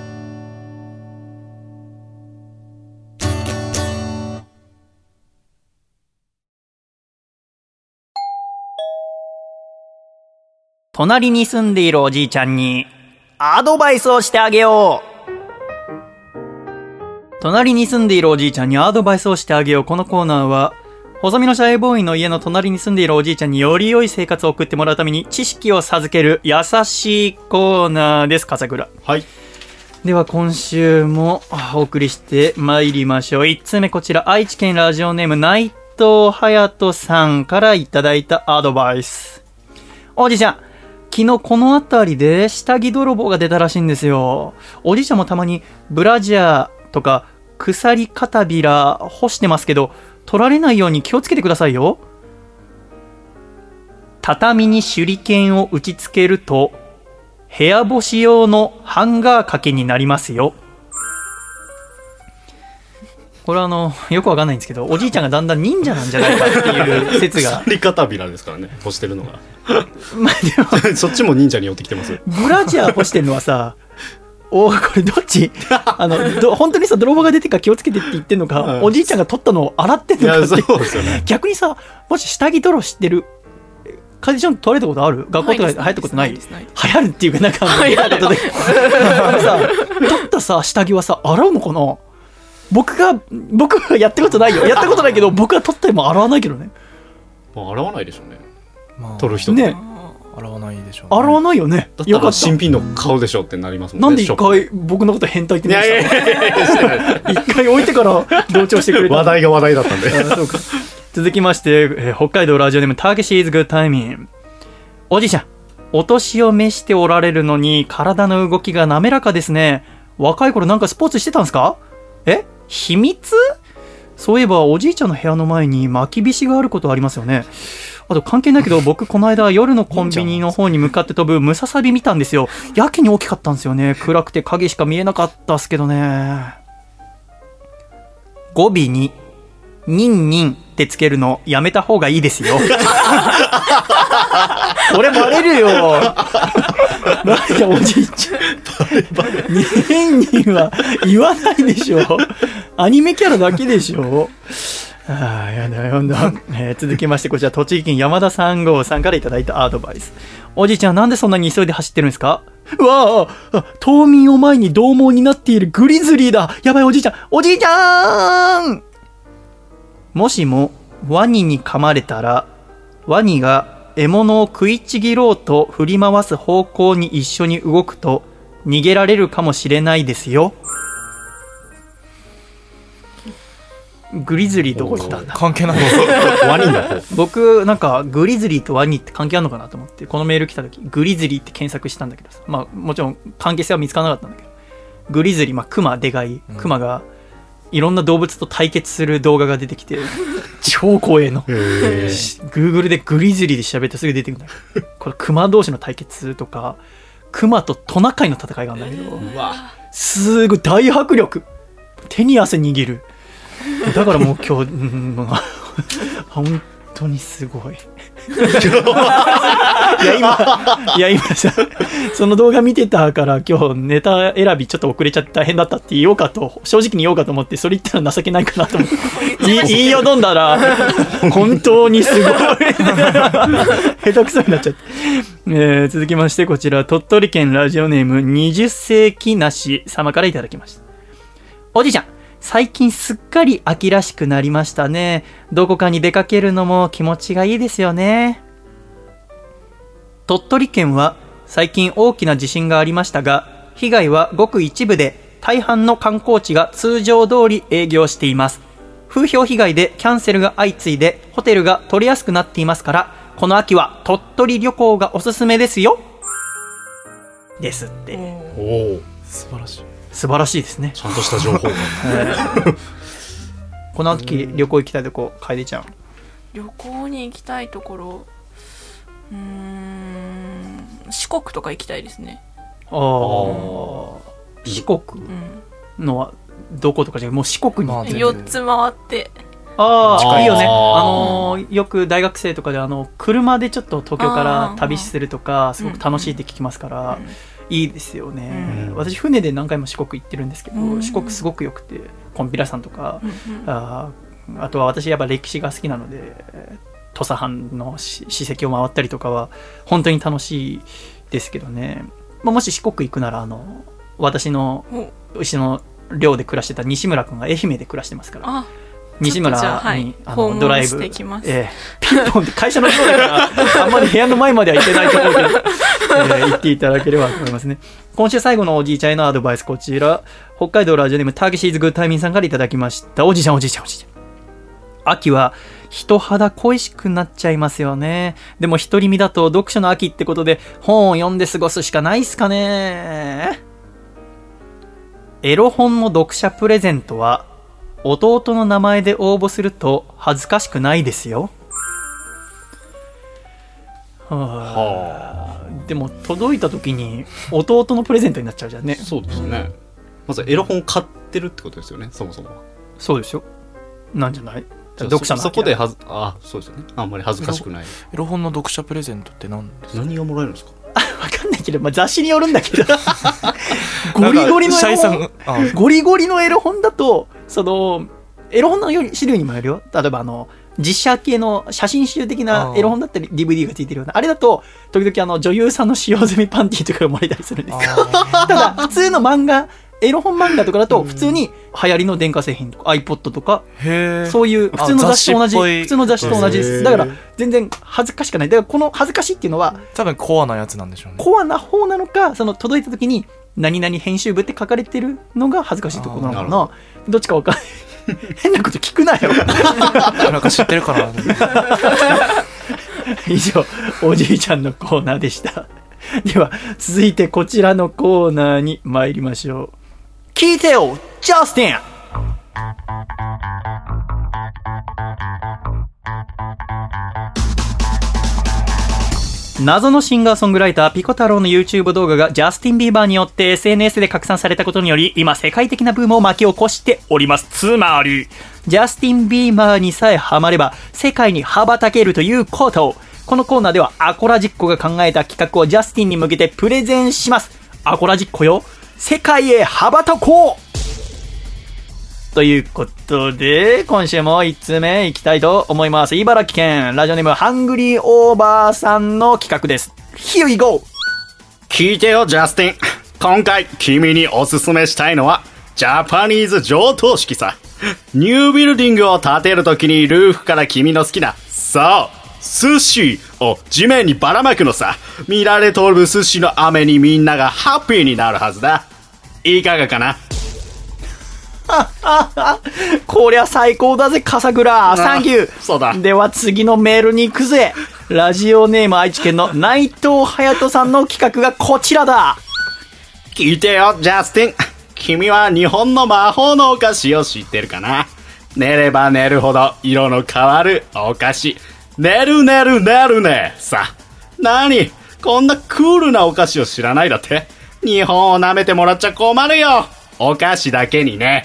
隣に住んでいるおじいちゃんにアドバイスをしてあげよう。隣に住んでいるおじいちゃんにアドバイスをしてあげよう。このコーナーは細身のシャイボーイの家の隣に住んでいるおじいちゃんにより良い生活を送ってもらうために知識を授ける優しいコーナーです。笠倉。 はい。 では今週もお送りして参りましょう。1通目こちら、愛知県ラジオネーム内藤隼人さんからいただいたアドバイス。おじいちゃん、昨日この辺りで下着泥棒が出たらしいんですよ。おじいちゃんもたまにブラジャーとか鎖肩びら干してますけど、取られないように気をつけてくださいよ。畳に手裏剣を打ち付けると部屋干し用のハンガー掛けになりますよ。これはよくわかんないんですけど、おじいちゃんがだんだん忍者なんじゃないかっていう説が。 鎖肩びらですからね、干してるのが。 まあでもそっちも忍者に寄ってきてます。 ブラジャー干してるのはさ、これどっち本当にさ、泥棒が出てから気をつけてって言ってんのか、おじいちゃんが取ったのを洗ってんのかって。 そうですよね。 逆にさ、もし下着泥知ってるカディちゃん取られたことある？学校とかで流行ったことない？流行るっていうか、なんか流行ることでさ、取ったさ下着はさ、洗うのかな？僕はやったことないよ。やったことないけど、僕は取ったりも洗わないけどね。 まあ、洗わないでしょうね。 まあ、 取る人ね。 洗わないでしょう、ね。 洗わないよね。 だったら新品の買うでしょってなりますもんね。 なんで一回僕のこと変態って言いました？一回置いてから同調してくれた。 話題が話題だったんで。 そうか。続きまして、北海道ラジオネームたけしイズグッタイミン。おじいちゃん、お年を召しておられるのに体の動きが滑らかですね。若い頃なんかスポーツしてたんですか？秘密？そういえばおじいちゃんの部屋の前に巻き菱があることありますよね。あと関係ないけど、僕この間夜のコンビニの方に向かって飛ぶムササビ見たんですよ。やけに大きかったんですよね。暗くて影しか見えなかったっすけどね。語尾にニンニンってつけるのやめた方がいいですよ。これバレるよ。なんでおじいちゃんニンニンは言わないでしょ。アニメキャラだけでしょ。やだ、続きましてこちら、栃木県山田3号さんからいただいたアドバイス。おじいちゃん、なんでそんなに急いで走ってるんですか？うわあ、冬眠を前に獰猛になっているグリズリーだ。やばい、おじいちゃん、おじいちゃん。もしもワニに噛まれたら、ワニが獲物を食いちぎろうと振り回す方向に一緒に動くと逃げられるかもしれないですよ。グリズリーどこ行ったんだ？ 関係ない。 ワニの方。 僕なんかグリズリーとワニって関係あるのかなと思ってこのメール来た時グリズリーって検索したんだけどさ、まあもちろん関係性は見つからなかったんだけど、グリズリー、クマ、でかいクマがいろんな動物と対決する動画が出てきて超怖えの。Google でグリズリーで調べてすぐ出てくるんだけど、これクマ同士の対決とかクマとトナカイの戦いがあるんだけど、すごい大迫力、手に汗握る。だからもう今日、本当にすごい。いや今さ、その動画見てたから今日ネタ選びちょっと遅れちゃって大変だったって言おうかと、正直に言おうかと思って、それ言ったら情けないかなと思って言いよどんだら本当にすごい下手くそになっちゃって、続きましてこちら、鳥取県ラジオネーム20世紀なし様からいただきました。おじいちゃん、最近すっかり秋らしくなりましたね。どこかに出かけるのも気持ちがいいですよね。鳥取県は最近大きな地震がありましたが、被害はごく一部で大半の観光地が通常通り営業しています。風評被害でキャンセルが相次いでホテルが取りやすくなっていますから、この秋は鳥取旅行がおすすめですよ。ですって。 おお、 素晴らしい。 素晴らしいですね。 ちゃんとした情報が。 この秋旅行行きたいとこ、楓ちゃん。 旅行に行きたいところ、四国とか行きたいですね。 四国のはどことかじゃ、もう四国に 4つ回って。 いいよね。よく大学生とかで車でちょっと東京から旅するとかすごく楽しいって聞きますから、いいですよね。私船で何回も四国行ってるんですけど、四国すごくよくて、こんぴらさんとか、あとは私やっぱ歴史が好きなので、土佐藩の史跡を回ったりとかは本当に楽しいですけどね。もし四国行くなら私の後ろの寮で暮らしてた西村君が愛媛で暮らしてますから、 西村ちょっとじゃあはいに訪問ドライブしてきますピンポンって会社の人だからあんまり部屋の前までは行けないと思うけど、行っていただければと思いますね。今週最後のおじいちゃんへのアドバイス、こちら北海道ラジオネームターキシーズグッタイミンさんからいただきました。おじいちゃん秋は人肌恋しくなっちゃいますよね。でも独り身だと読書の秋ってことで本を読んで過ごすしかないっすかね。エロ本の読者プレゼントは弟の名前で応募すると恥ずかしくないですよ。でも届いた時に弟のプレゼントになっちゃうじゃんね。 そうですね。まずエロ本買ってるってことですよね、そもそもは。 そうですよ。なんじゃない？読者のそこでそうですよね。あんまり恥ずかしくない。 エロ本の読者プレゼントって何ですか？ 何がもらえるんですか？ わかんないけど、雑誌によるんだけどゴリゴリのエロ本、ゴリゴリのエロ本だと、そのエロ本の種類にもよるよ。例えば実写系の写真集的なエロ本だったり DVD がついてるようなあれだと、時々女優さんの使用済みパンティーとかがもらえたりするんですよ。ただ普通の漫画、エロ本漫画とかだと普通に流行りの電化製品とか iPod とか、そういう普通の雑誌と同じ、普通の雑誌と同じです。だから全然恥ずかしくない。だからこの恥ずかしいっていうのは多分コアなやつなんでしょうね。 コアな方なのか、その届いた時に何々編集部って書かれてるのが恥ずかしいところなのかな。どっちか分かんない変なこと聞くなよなんか知ってるかな以上おじいちゃんのコーナーでした。では続いてこちらのコーナーに参りましょう。聞いてよジャスティン。謎のシンガーソングライターピコ太郎の YouTube 動画がジャスティン・ビーバーによって SNS で拡散されたことにより、今世界的なブームを巻き起こしております。つまりジャスティン・ビーバーにさえハマれば世界に羽ばたけるということを、このコーナーではアコラジッコが考えた企画をジャスティンに向けてプレゼンします。アコラジッコよ、世界へ羽ばたこうということで、今週も1通目いきたいと思います。茨城県ラジオネームハングリーオーバーさんの企画です。 Here we go。 聞いてよジャスティン、今回君におすすめしたいのはジャパニーズ上等式さ。ニュービルディングを建てるときにルーフから君の好きな寿司を地面にばらまくのさ。見られとる寿司の雨にみんながハッピーになるはずだ。いかがかな。 こりゃ最高だぜ笠倉、サンキュー。 そうだ。 では次のメールに行くぜ。ラジオネーム愛知県の内藤隼人さんの企画がこちらだ。 聞いてよジャスティン、君は日本の魔法のお菓子を知ってるかな。寝れば寝るほど色の変わるお菓子、寝るねさ。何こんなクールなお菓子を知らないだって。日本を舐めてもらっちゃ困るよ、お菓子だけにね。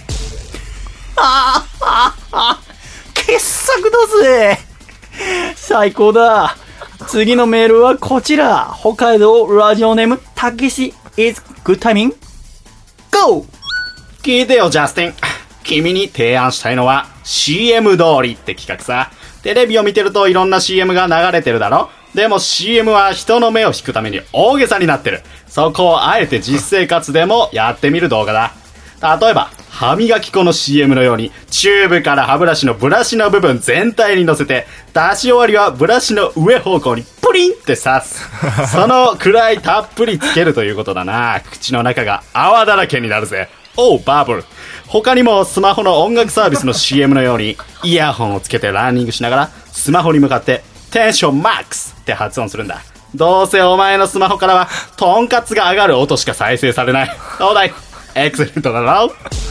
傑作だぜ。最高だ。次のメールはこちら。北海道ラジオネームたけし is good timing go。 聞いてよジャスティン、君に提案したいのは CM 通りって企画さ。テレビを見てるといろんな CM が流れてるだろ。でも CM は人の目を引くために大げさになってる。そこをあえて実生活でもやってみる動画だ。例えば歯磨き粉の CM のようにチューブから歯ブラシのブラシの部分全体に乗せて、出し終わりはブラシの上方向にプリンって刺す。そのくらいたっぷりつけるということだな。口の中が泡だらけになるぜ。おうバブル。他にもスマホの音楽サービスの CM のようにイヤホンをつけてランニングしながらスマホに向かってテンションマックスって発音するんだ。どうせお前のスマホからはトンカツが上がる音しか再生されない。どうだい、エクセレントだろ。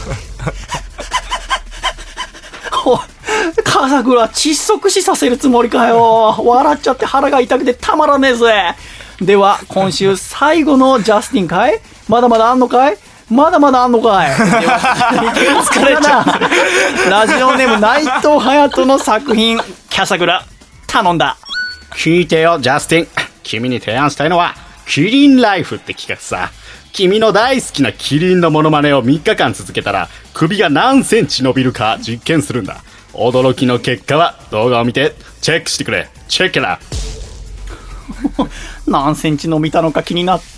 笠倉窒息死させるつもりかよ。笑っちゃって腹が痛くてたまらねえぜ。では今週最後のジャスティンかい。まだまだあんのかい。まだまだあんのかい。疲れちゃう。ラジオネーム内藤隼人の作品キャサグラ頼んだ。 聞いてよジャスティン、君に提案したいのはキリンライフって企画さ。君の大好きなキリンのモノマネを3日間続けたら首が何センチ伸びるか実験するんだ。驚きの結果は動画を見てチェックしてくれ。チェックだ。 何センチ伸びたのか気になって、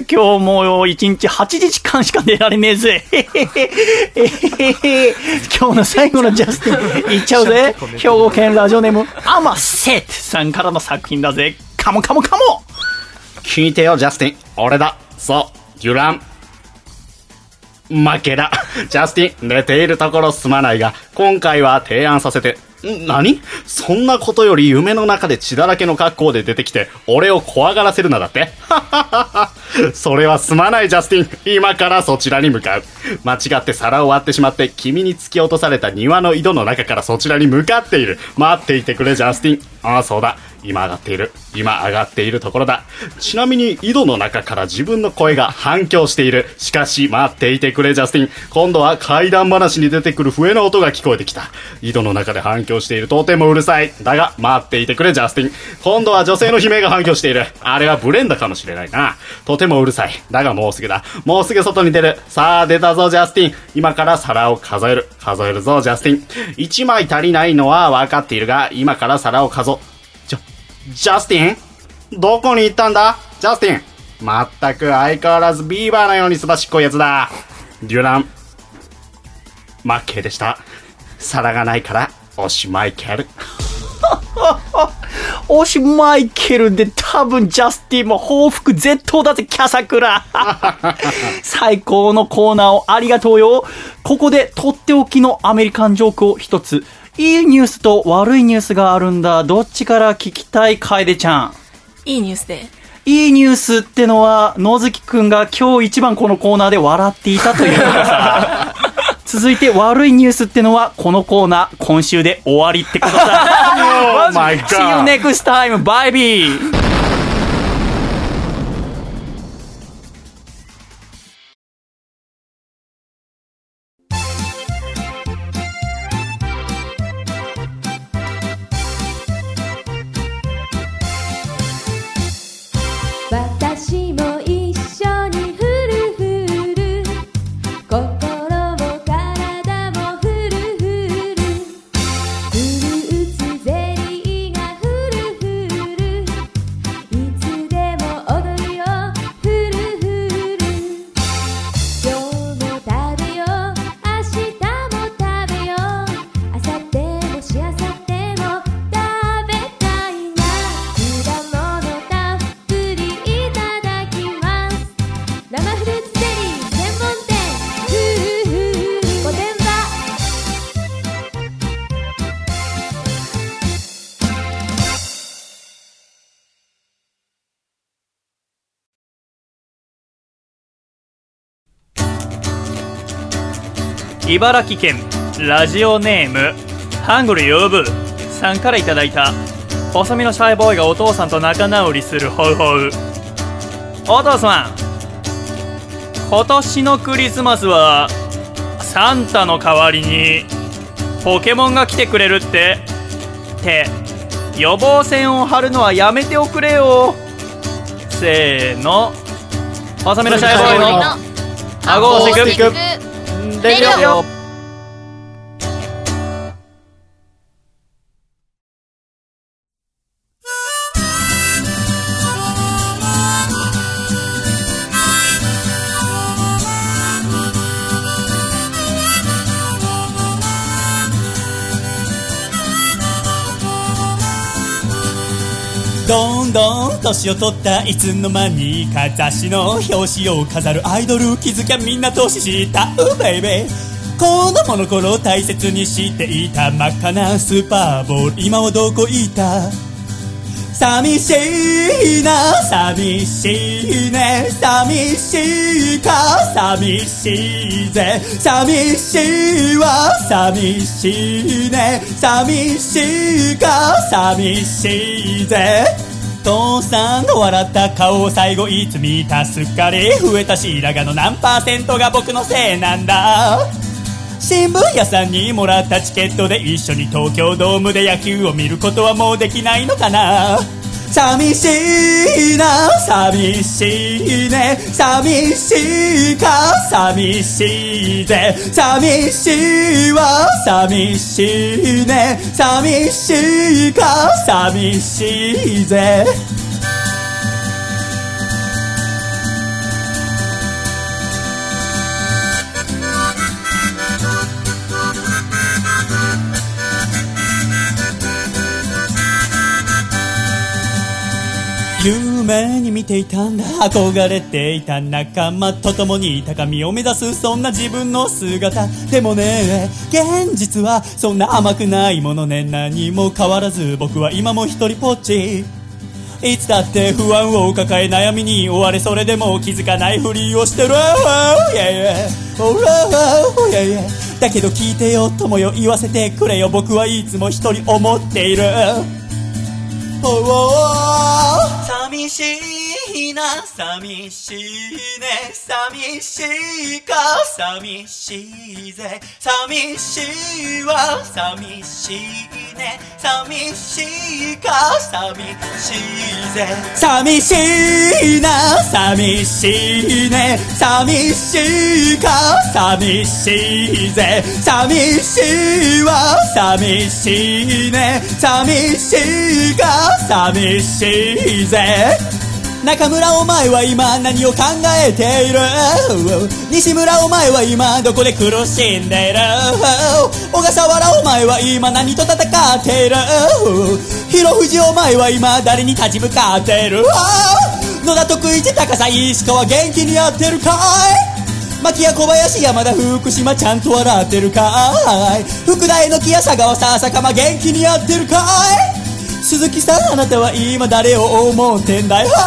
今日も1日8時間しか寝られねえぜ。今日の最後のジャスティンいっちゃうぜ。兵庫県ラジオネームアマセットさんからの作品だぜ。カモカモカモ。 聞いてよジャスティン、俺だ。そうデュラン負けだ。ジャスティン、寝ているところすまないが、今回は提案させて。何？そんなことより夢の中で血だらけの格好で出てきて俺を怖がらせるなだって。それはすまないジャスティン、今からそちらに向かう。間違って皿を割ってしまって君に突き落とされた庭の井戸の中からそちらに向かっている。待っていてくれジャスティン。ああそうだ、今上がっているところだ。ちなみに井戸の中から自分の声が反響している。しかし待っていてくれジャスティン、今度は怪談話に出てくる笛の音が聞こえてきた。井戸の中で反響している。とてもうるさい。だが待っていてくれジャスティン、今度は女性の悲鳴が反響している。あれはブレンダかもしれないな。とてもうるさい。だがもうすぐだ。もうすぐ外に出る。さあ出たぞジャスティン、今から皿を数えるぞジャスティン。1枚足りないのは分かっているが、今から皿を数ジャスティン、どこに行ったんだジャスティン。まったく相変わらずビーバーのようにすばしっこいやつだ。デュラン負けでした。皿がないからおしまいケル。 おしまいケルで多分ジャスティンも報復絶倒だぜキャサクラ。最高のコーナーをありがとうよ。ここでとっておきのアメリカンジョークを一つ。いいニュースと悪いニュースがあるんだ。どっちから聞きたい楓ちゃん。 いいニュースで。 いいニュースってのは野月くんが今日一番このコーナーで笑っていたということさ。続いて悪いニュースってのはこのコーナー今週で終わりってことさ。 Oh my God. See you next time. Bye bye. 私も一緒にフルフル、心も体もフルフル、フルーツゼリーがフルフル、いつでも踊るよフルフル、今日も食べよう明日も食べよう、明後日もしあさっても食べたいな、果物たっぷりいただきます。生フルーツゼリー専門店フーフー御殿場。 茨城県ラジオネームハングリーオブさんからいただいた細身のシャイボーイがお父さんと仲直りするホウホウ。お父さん、今年のクリスマスはサンタの代わりにポケモンが来てくれるって予防線を張るのはやめておくれよ。せーの、細身のシャイボーイの顎をせくレディオ。 どんどん年を取ったいつの間にか雑誌の表紙を飾るアイドル、気づきゃみんな年下。ベイベー、子供の頃大切にしていた真っ赤なスーパーボール、今はどこ行った。寂しいな寂しいね、寂しいか寂しいぜ、寂しいわ寂しいね、寂しいか寂しいぜ。父さんの笑った顔を最後いつ見た。すっかり増えた白髪の何%が僕のせいなんだ。新聞屋さんにもらったチケットで一緒に東京ドームで野球を見ることはもうできないのかな。寂しいな寂しいね、寂しいか寂しいぜ、寂しいわ寂しいね、寂しいか寂しいぜ。 夢に見ていたんだ、憧れていた仲間と共に高みを目指す、そんな自分の姿。でもね、現実はそんな甘くないものね。何も変わらず僕は今も一人ぽっち。いつだって不安を抱え悩みに追われ、それでも気づかないふりをしてる。だけど聞いてよ友よ、言わせてくれよ、僕はいつも一人思っている。寂しいな、寂しいね、寂しいか、寂しいぜ、寂しいわ、寂しいね、寂しいか、寂しいぜ、寂しいな、寂しいね、寂しいか、寂しいぜ、寂しいわ、寂しいね、寂しいか、寂しいぜ。中村お前は今何を考えている？西村お前は今どこで苦しんでいる？小笠原お前は今何と戦っている？広藤お前は今誰に立ち向かっている？野田徳一高さ石川元気にやってるかい？牧谷小林山田福島ちゃんと笑ってるかい？福田榎木や佐川笹かま元気にやってるかい？鈴木さんあなたは今誰を思ってんだよ？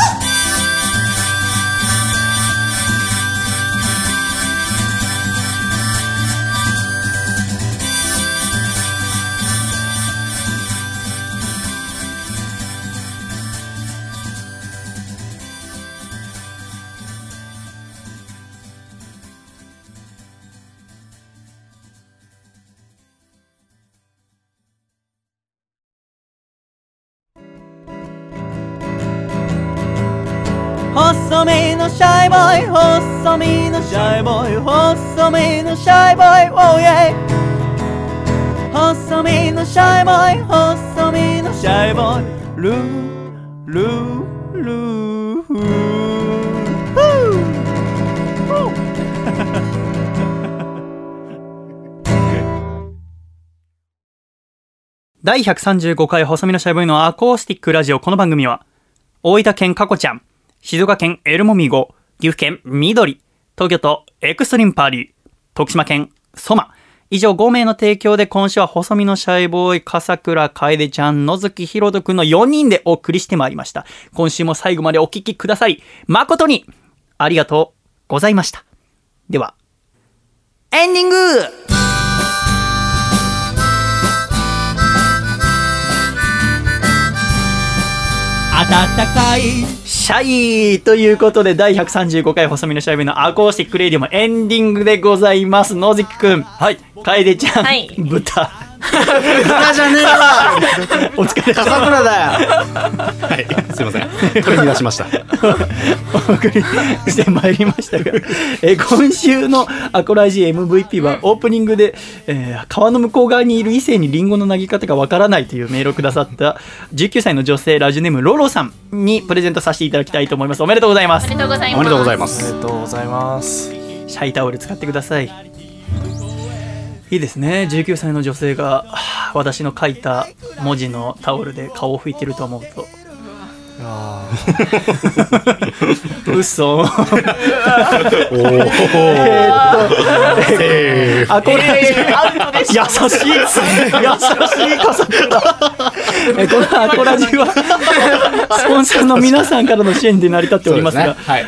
細身のシャイボーイ、細身のシャイボーイ、細身のシャイボーイ、oh yeah。細身のシャイボーイ、細身のシャイボーイ、ルールールー第135回細身のシャイボーイのアコースティックラジオ。この番組は大分県かこちゃん、静岡県エルモミゴ、岐阜県緑、東京都エクストリームパーリー、徳島県ソマ、以上5名の提供で今週は細身のシャイボーイ、笠倉楓ちゃん、野月ひろとくんの4人でお送りしてまいりました。今週も最後までお聞きくださり誠にありがとうございました。ではエンディング。 暖かいシャイということで第135回細身のシャイボーイのアコースティックレディオもエンディングでございます。野月くん、はい、楓ちゃん、はい、豚豚じゃねえわお疲れ様。 笠倉だよはい、すいません、取りに出しましたお送りしてまいりましたが、今週のアコラジ MVP はオープニングで、川の向こう側にいる異性にリンゴの投げ方がわからないというメールをくださった19歳の女性ラジオネームロロさんにプレゼントさせていただきたいと思います。おめでとうございます。 おめでとうございます。 おめでとうございます。 ありがとうございます。 シャイタオル使ってください。いいですね。19歳の女性が私の書いた文字のタオルで顔を拭いてると思うと嘘アコラジ優しい笠倉このアコラジはスポンサーの皆さんからの支援で成り立っておりますが、はい、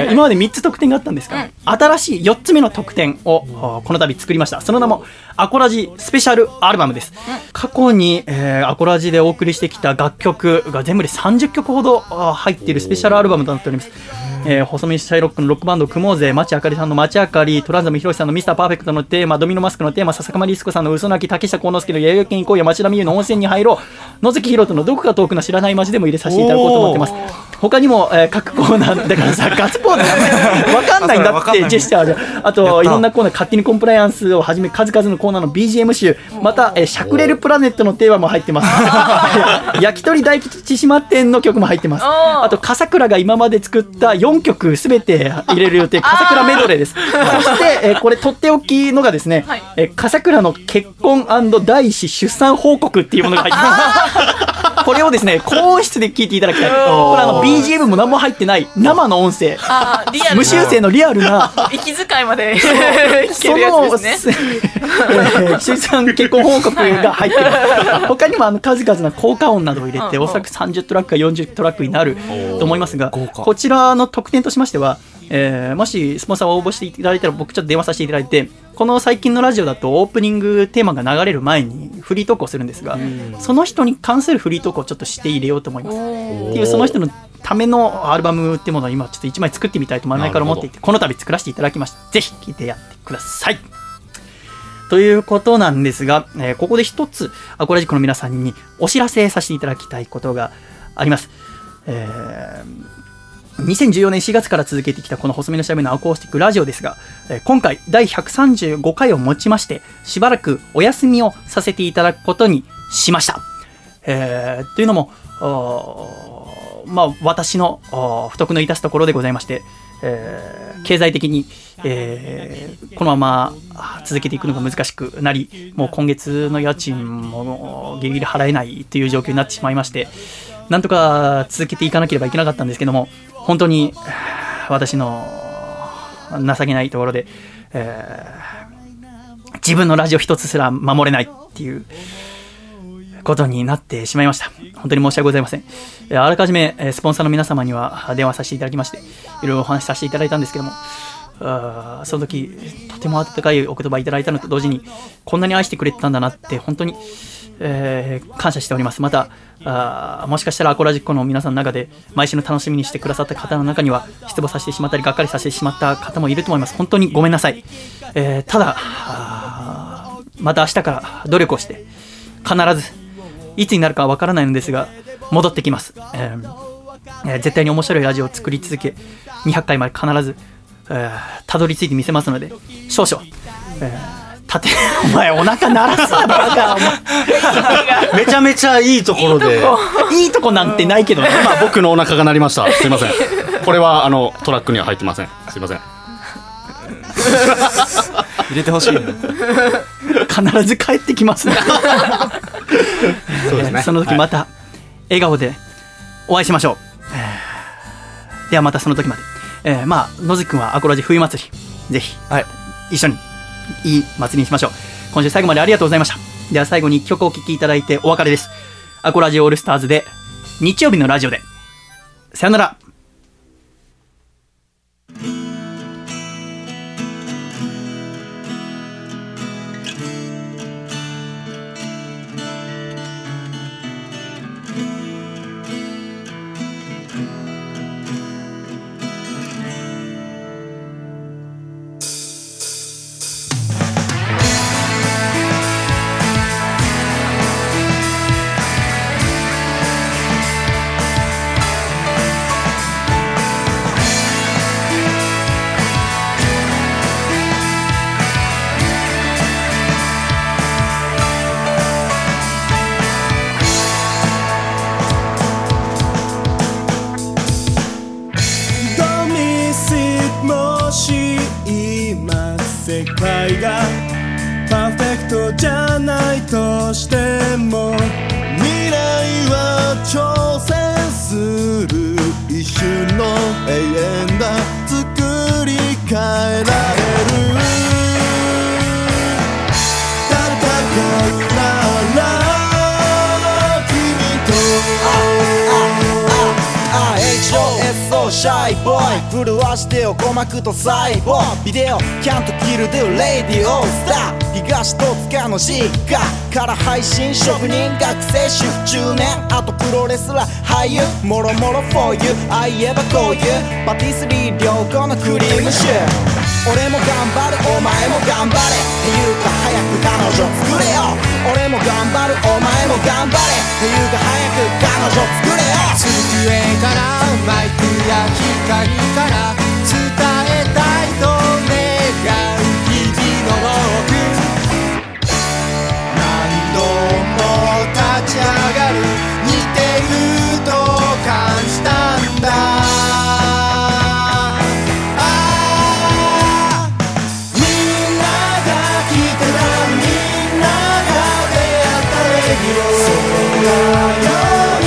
今まで3つ特典があったんですが、新しい4つ目の特典をこの度作りました。その名もアコラジスペシャルアルバムです。過去に、アコラジでお送りしてきた楽曲が全部で30曲ほど入っているスペシャルアルバムとなっております。細身シャイロックのロックバンド組もうぜ、町あかりさんの町あかり、トランザムヒロシさんのミスターパーフェクトのテーマ、ドミノマスクのテーマ、笹鎌リスコさんの嘘泣き、竹下幸之助の弥生県行こうや、町田美優の温泉に入ろう、野月ひろとのどこか遠くの知らない街でも入れさせていただこうと思ってます。他にも、各コーナーだからさ、ガッツポーズわかんないんだってジェスチャーで、あといろんなコーナー、勝手にコンプライアンスをはじめ数々のコーナーの BGM 集、また、シャクレルプラネットのテーマも入ってます焼き鳥大吉千島店の曲も入ってます。あと笠倉が今まで作った4曲すべて入れる予定、笠倉メドレーです。そして、これとっておきのがですね、笠倉の結婚第一子出産報告っていうものが入ってますこれをですね、高音質で聞いていただきたい。これBGM も何も入ってない生の音声。 リアルな無修正のリアルな。 息遣いまで聞けるやつですね。 出産結婚報告が入ってる。他にも数々の効果音などを入れて、おそらく30トラックか40トラックになると思いますが、こちらの特典としましては、もしスポンサーを応募していただいたら僕ちょっと電話させていただいて、この最近のラジオだとオープニングテーマが流れる前にフリートークをするんですが、その人に関するフリートークをちょっとして入れようと思います。っていうその人のためのアルバムっていうものを今ちょっと1枚作ってみたいと前々から思っていて、この度作らせていただきました。ぜひ聴いてやってください。ということなんですが、ここで一つアコラジックの皆さんにお知らせさせていただきたいことがあります。2014年4月から続けてきたこの細身のしゃべのアコースティックラジオですが、今回第135回をもちましてしばらくお休みをさせていただくことにしました。というのも私の不徳の致すところでございまして、経済的に、このまま続けていくのが難しくなり、もう今月の家賃もギリギリ払えないという状況になってしまいまして、なんとか続けていかなければいけなかったんですけども、本当に私の情けないところで、自分のラジオ一つすら守れないっていうことになってしまいました。本当に申し訳ございません。あらかじめスポンサーの皆様には電話させていただきまして、いろいろお話しさせていただいたんですけども、その時とても温かいお言葉いただいたのと同時に、こんなに愛してくれてたんだなって本当に、感謝しております。またもしかしたらアコラジックの皆さんの中で毎週の楽しみにしてくださった方の中には失望させてしまったりがっかりさせてしまった方もいると思います。本当にごめんなさい。ただまた明日から努力をして必ずいつになるかはわからないのですが戻ってきます。絶対に面白いラジオを作り続け200回まで必ずたどり着いてみせますので、少々お前お腹鳴らすわバカお前めちゃめちゃいいところでいいとこなんてないけどね。 今僕のお腹が鳴りました。すいません。これはトラックには入ってません。すいません。 入れてほしいね。 必ず帰ってきますね。 そうですね。 その時また笑顔でお会いしましょう。ではまたその時まで。野月くんはアコラジ冬祭りぜひ、一緒にいい祭りにしましょう。今週最後までありがとうございました。では最後に1曲お聴きいただいてお別れです。アコラジオールスターズで日曜日のラジオでさよなら。 世界がパーフェクトじゃないとしても未来は挑戦する一瞬の永遠だ作り変えられる戦うなら君とHOSO シャイボーイ震わしてよ鼓膜と細胞ビデオキャントキルドゥレディオスター東戸塚の実家から配信職人学生主婦中年あとプロレスラー俳優もろもろ for you あいえばこういうパティスリー良好のクリームシュー俺も頑張るお前も頑張れっていうか早く彼女作れよ俺も頑張るお前も頑張れっていうか早く彼女作れよ机からマイクや光から伝えたいと願う日々の僕何度も立ち上がる似てると感じたんだそのよう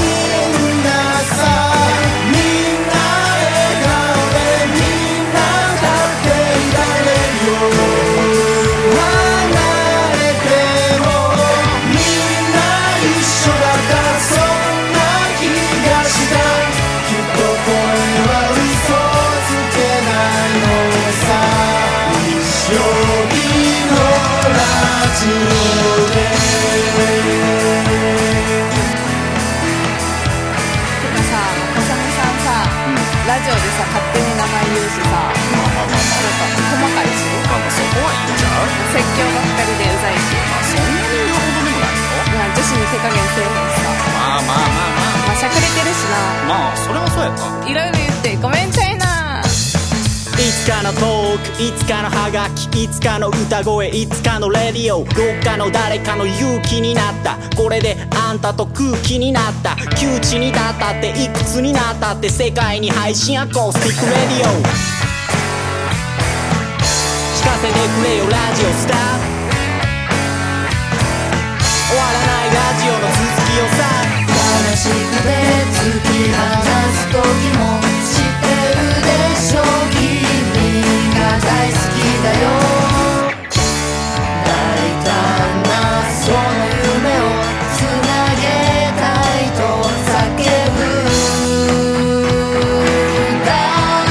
ラジオでさ勝手に名前言うしさ、なんか細かいし、 そこはいいんちゃう。 説教ばっかりでうざいし、 そんなに言うほどでもないよ。 女子に手加減せえへんしさ、まあしゃくれてるしな。 まあそれはそうやった。 いろいろ言ってごめんちゃいな。 いつかのトーク、いつかのハガキ、いつかの歌声、いつかのレディオ、どっかの誰かの勇気になった。これであんたと空気になった。窮地に立ったっていくつになったって世界に配信アコースティックレディオ。聞かせてくれよラジオスター。終わらないラジオの続きをさ。 悲しくて突き放す時も知ってるでしょ。君が大好きだよ。大胆なその夢をつなげたいと叫ぶんだ。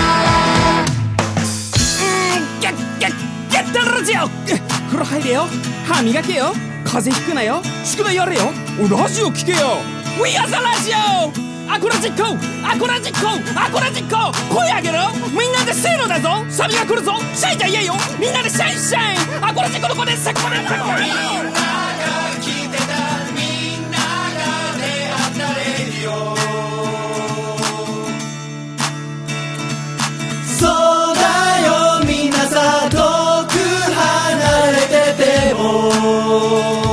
ゲットラジオ。風呂入れよ、歯磨けよ、風邪ひくなよ、宿題やれよ、ラジオ聞けよ。We are the ラジオ。アコラジッコ、アコラジッコ、アコラジッコ。声上げろ、みんなでせーのだぞ。サビが来るぞ、シャイじゃ言えよ、みんなでシャイシャイ。アコラジッコの子でセコマネセコマネ。みんなが聞いてた、みんなが出会ったレディオ。 そうだよみんなさ、遠く離れてても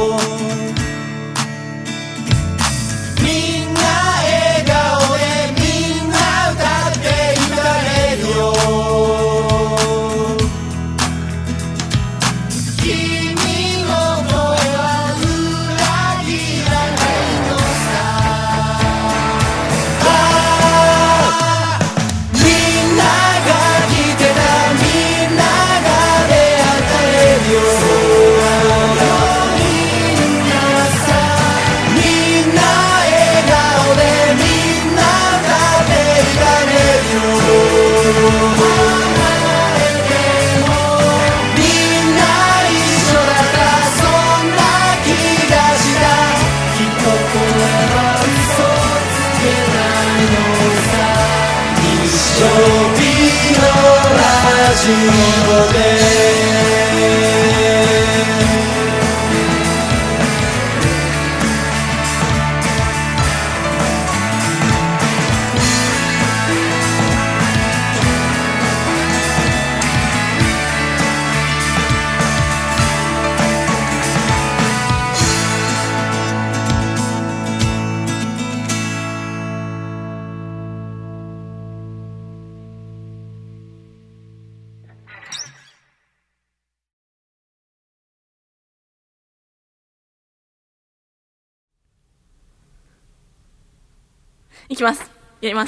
いきます。やります。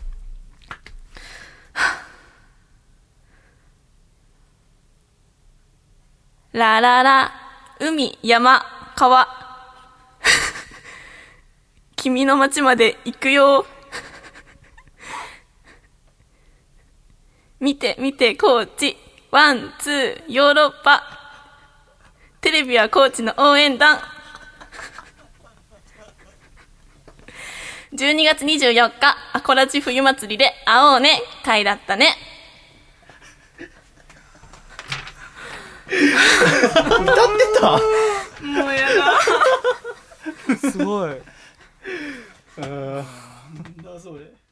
ラララ、海、山、川。君の街まで行くよ。見て見て高知、ワン、ツー、ヨーロッパ。テレビは高知の応援団。12月24日、アコラジ冬祭りで会おうね。回だったね。 歌ってた？ もうやだ。 すごい。 なんだそれ。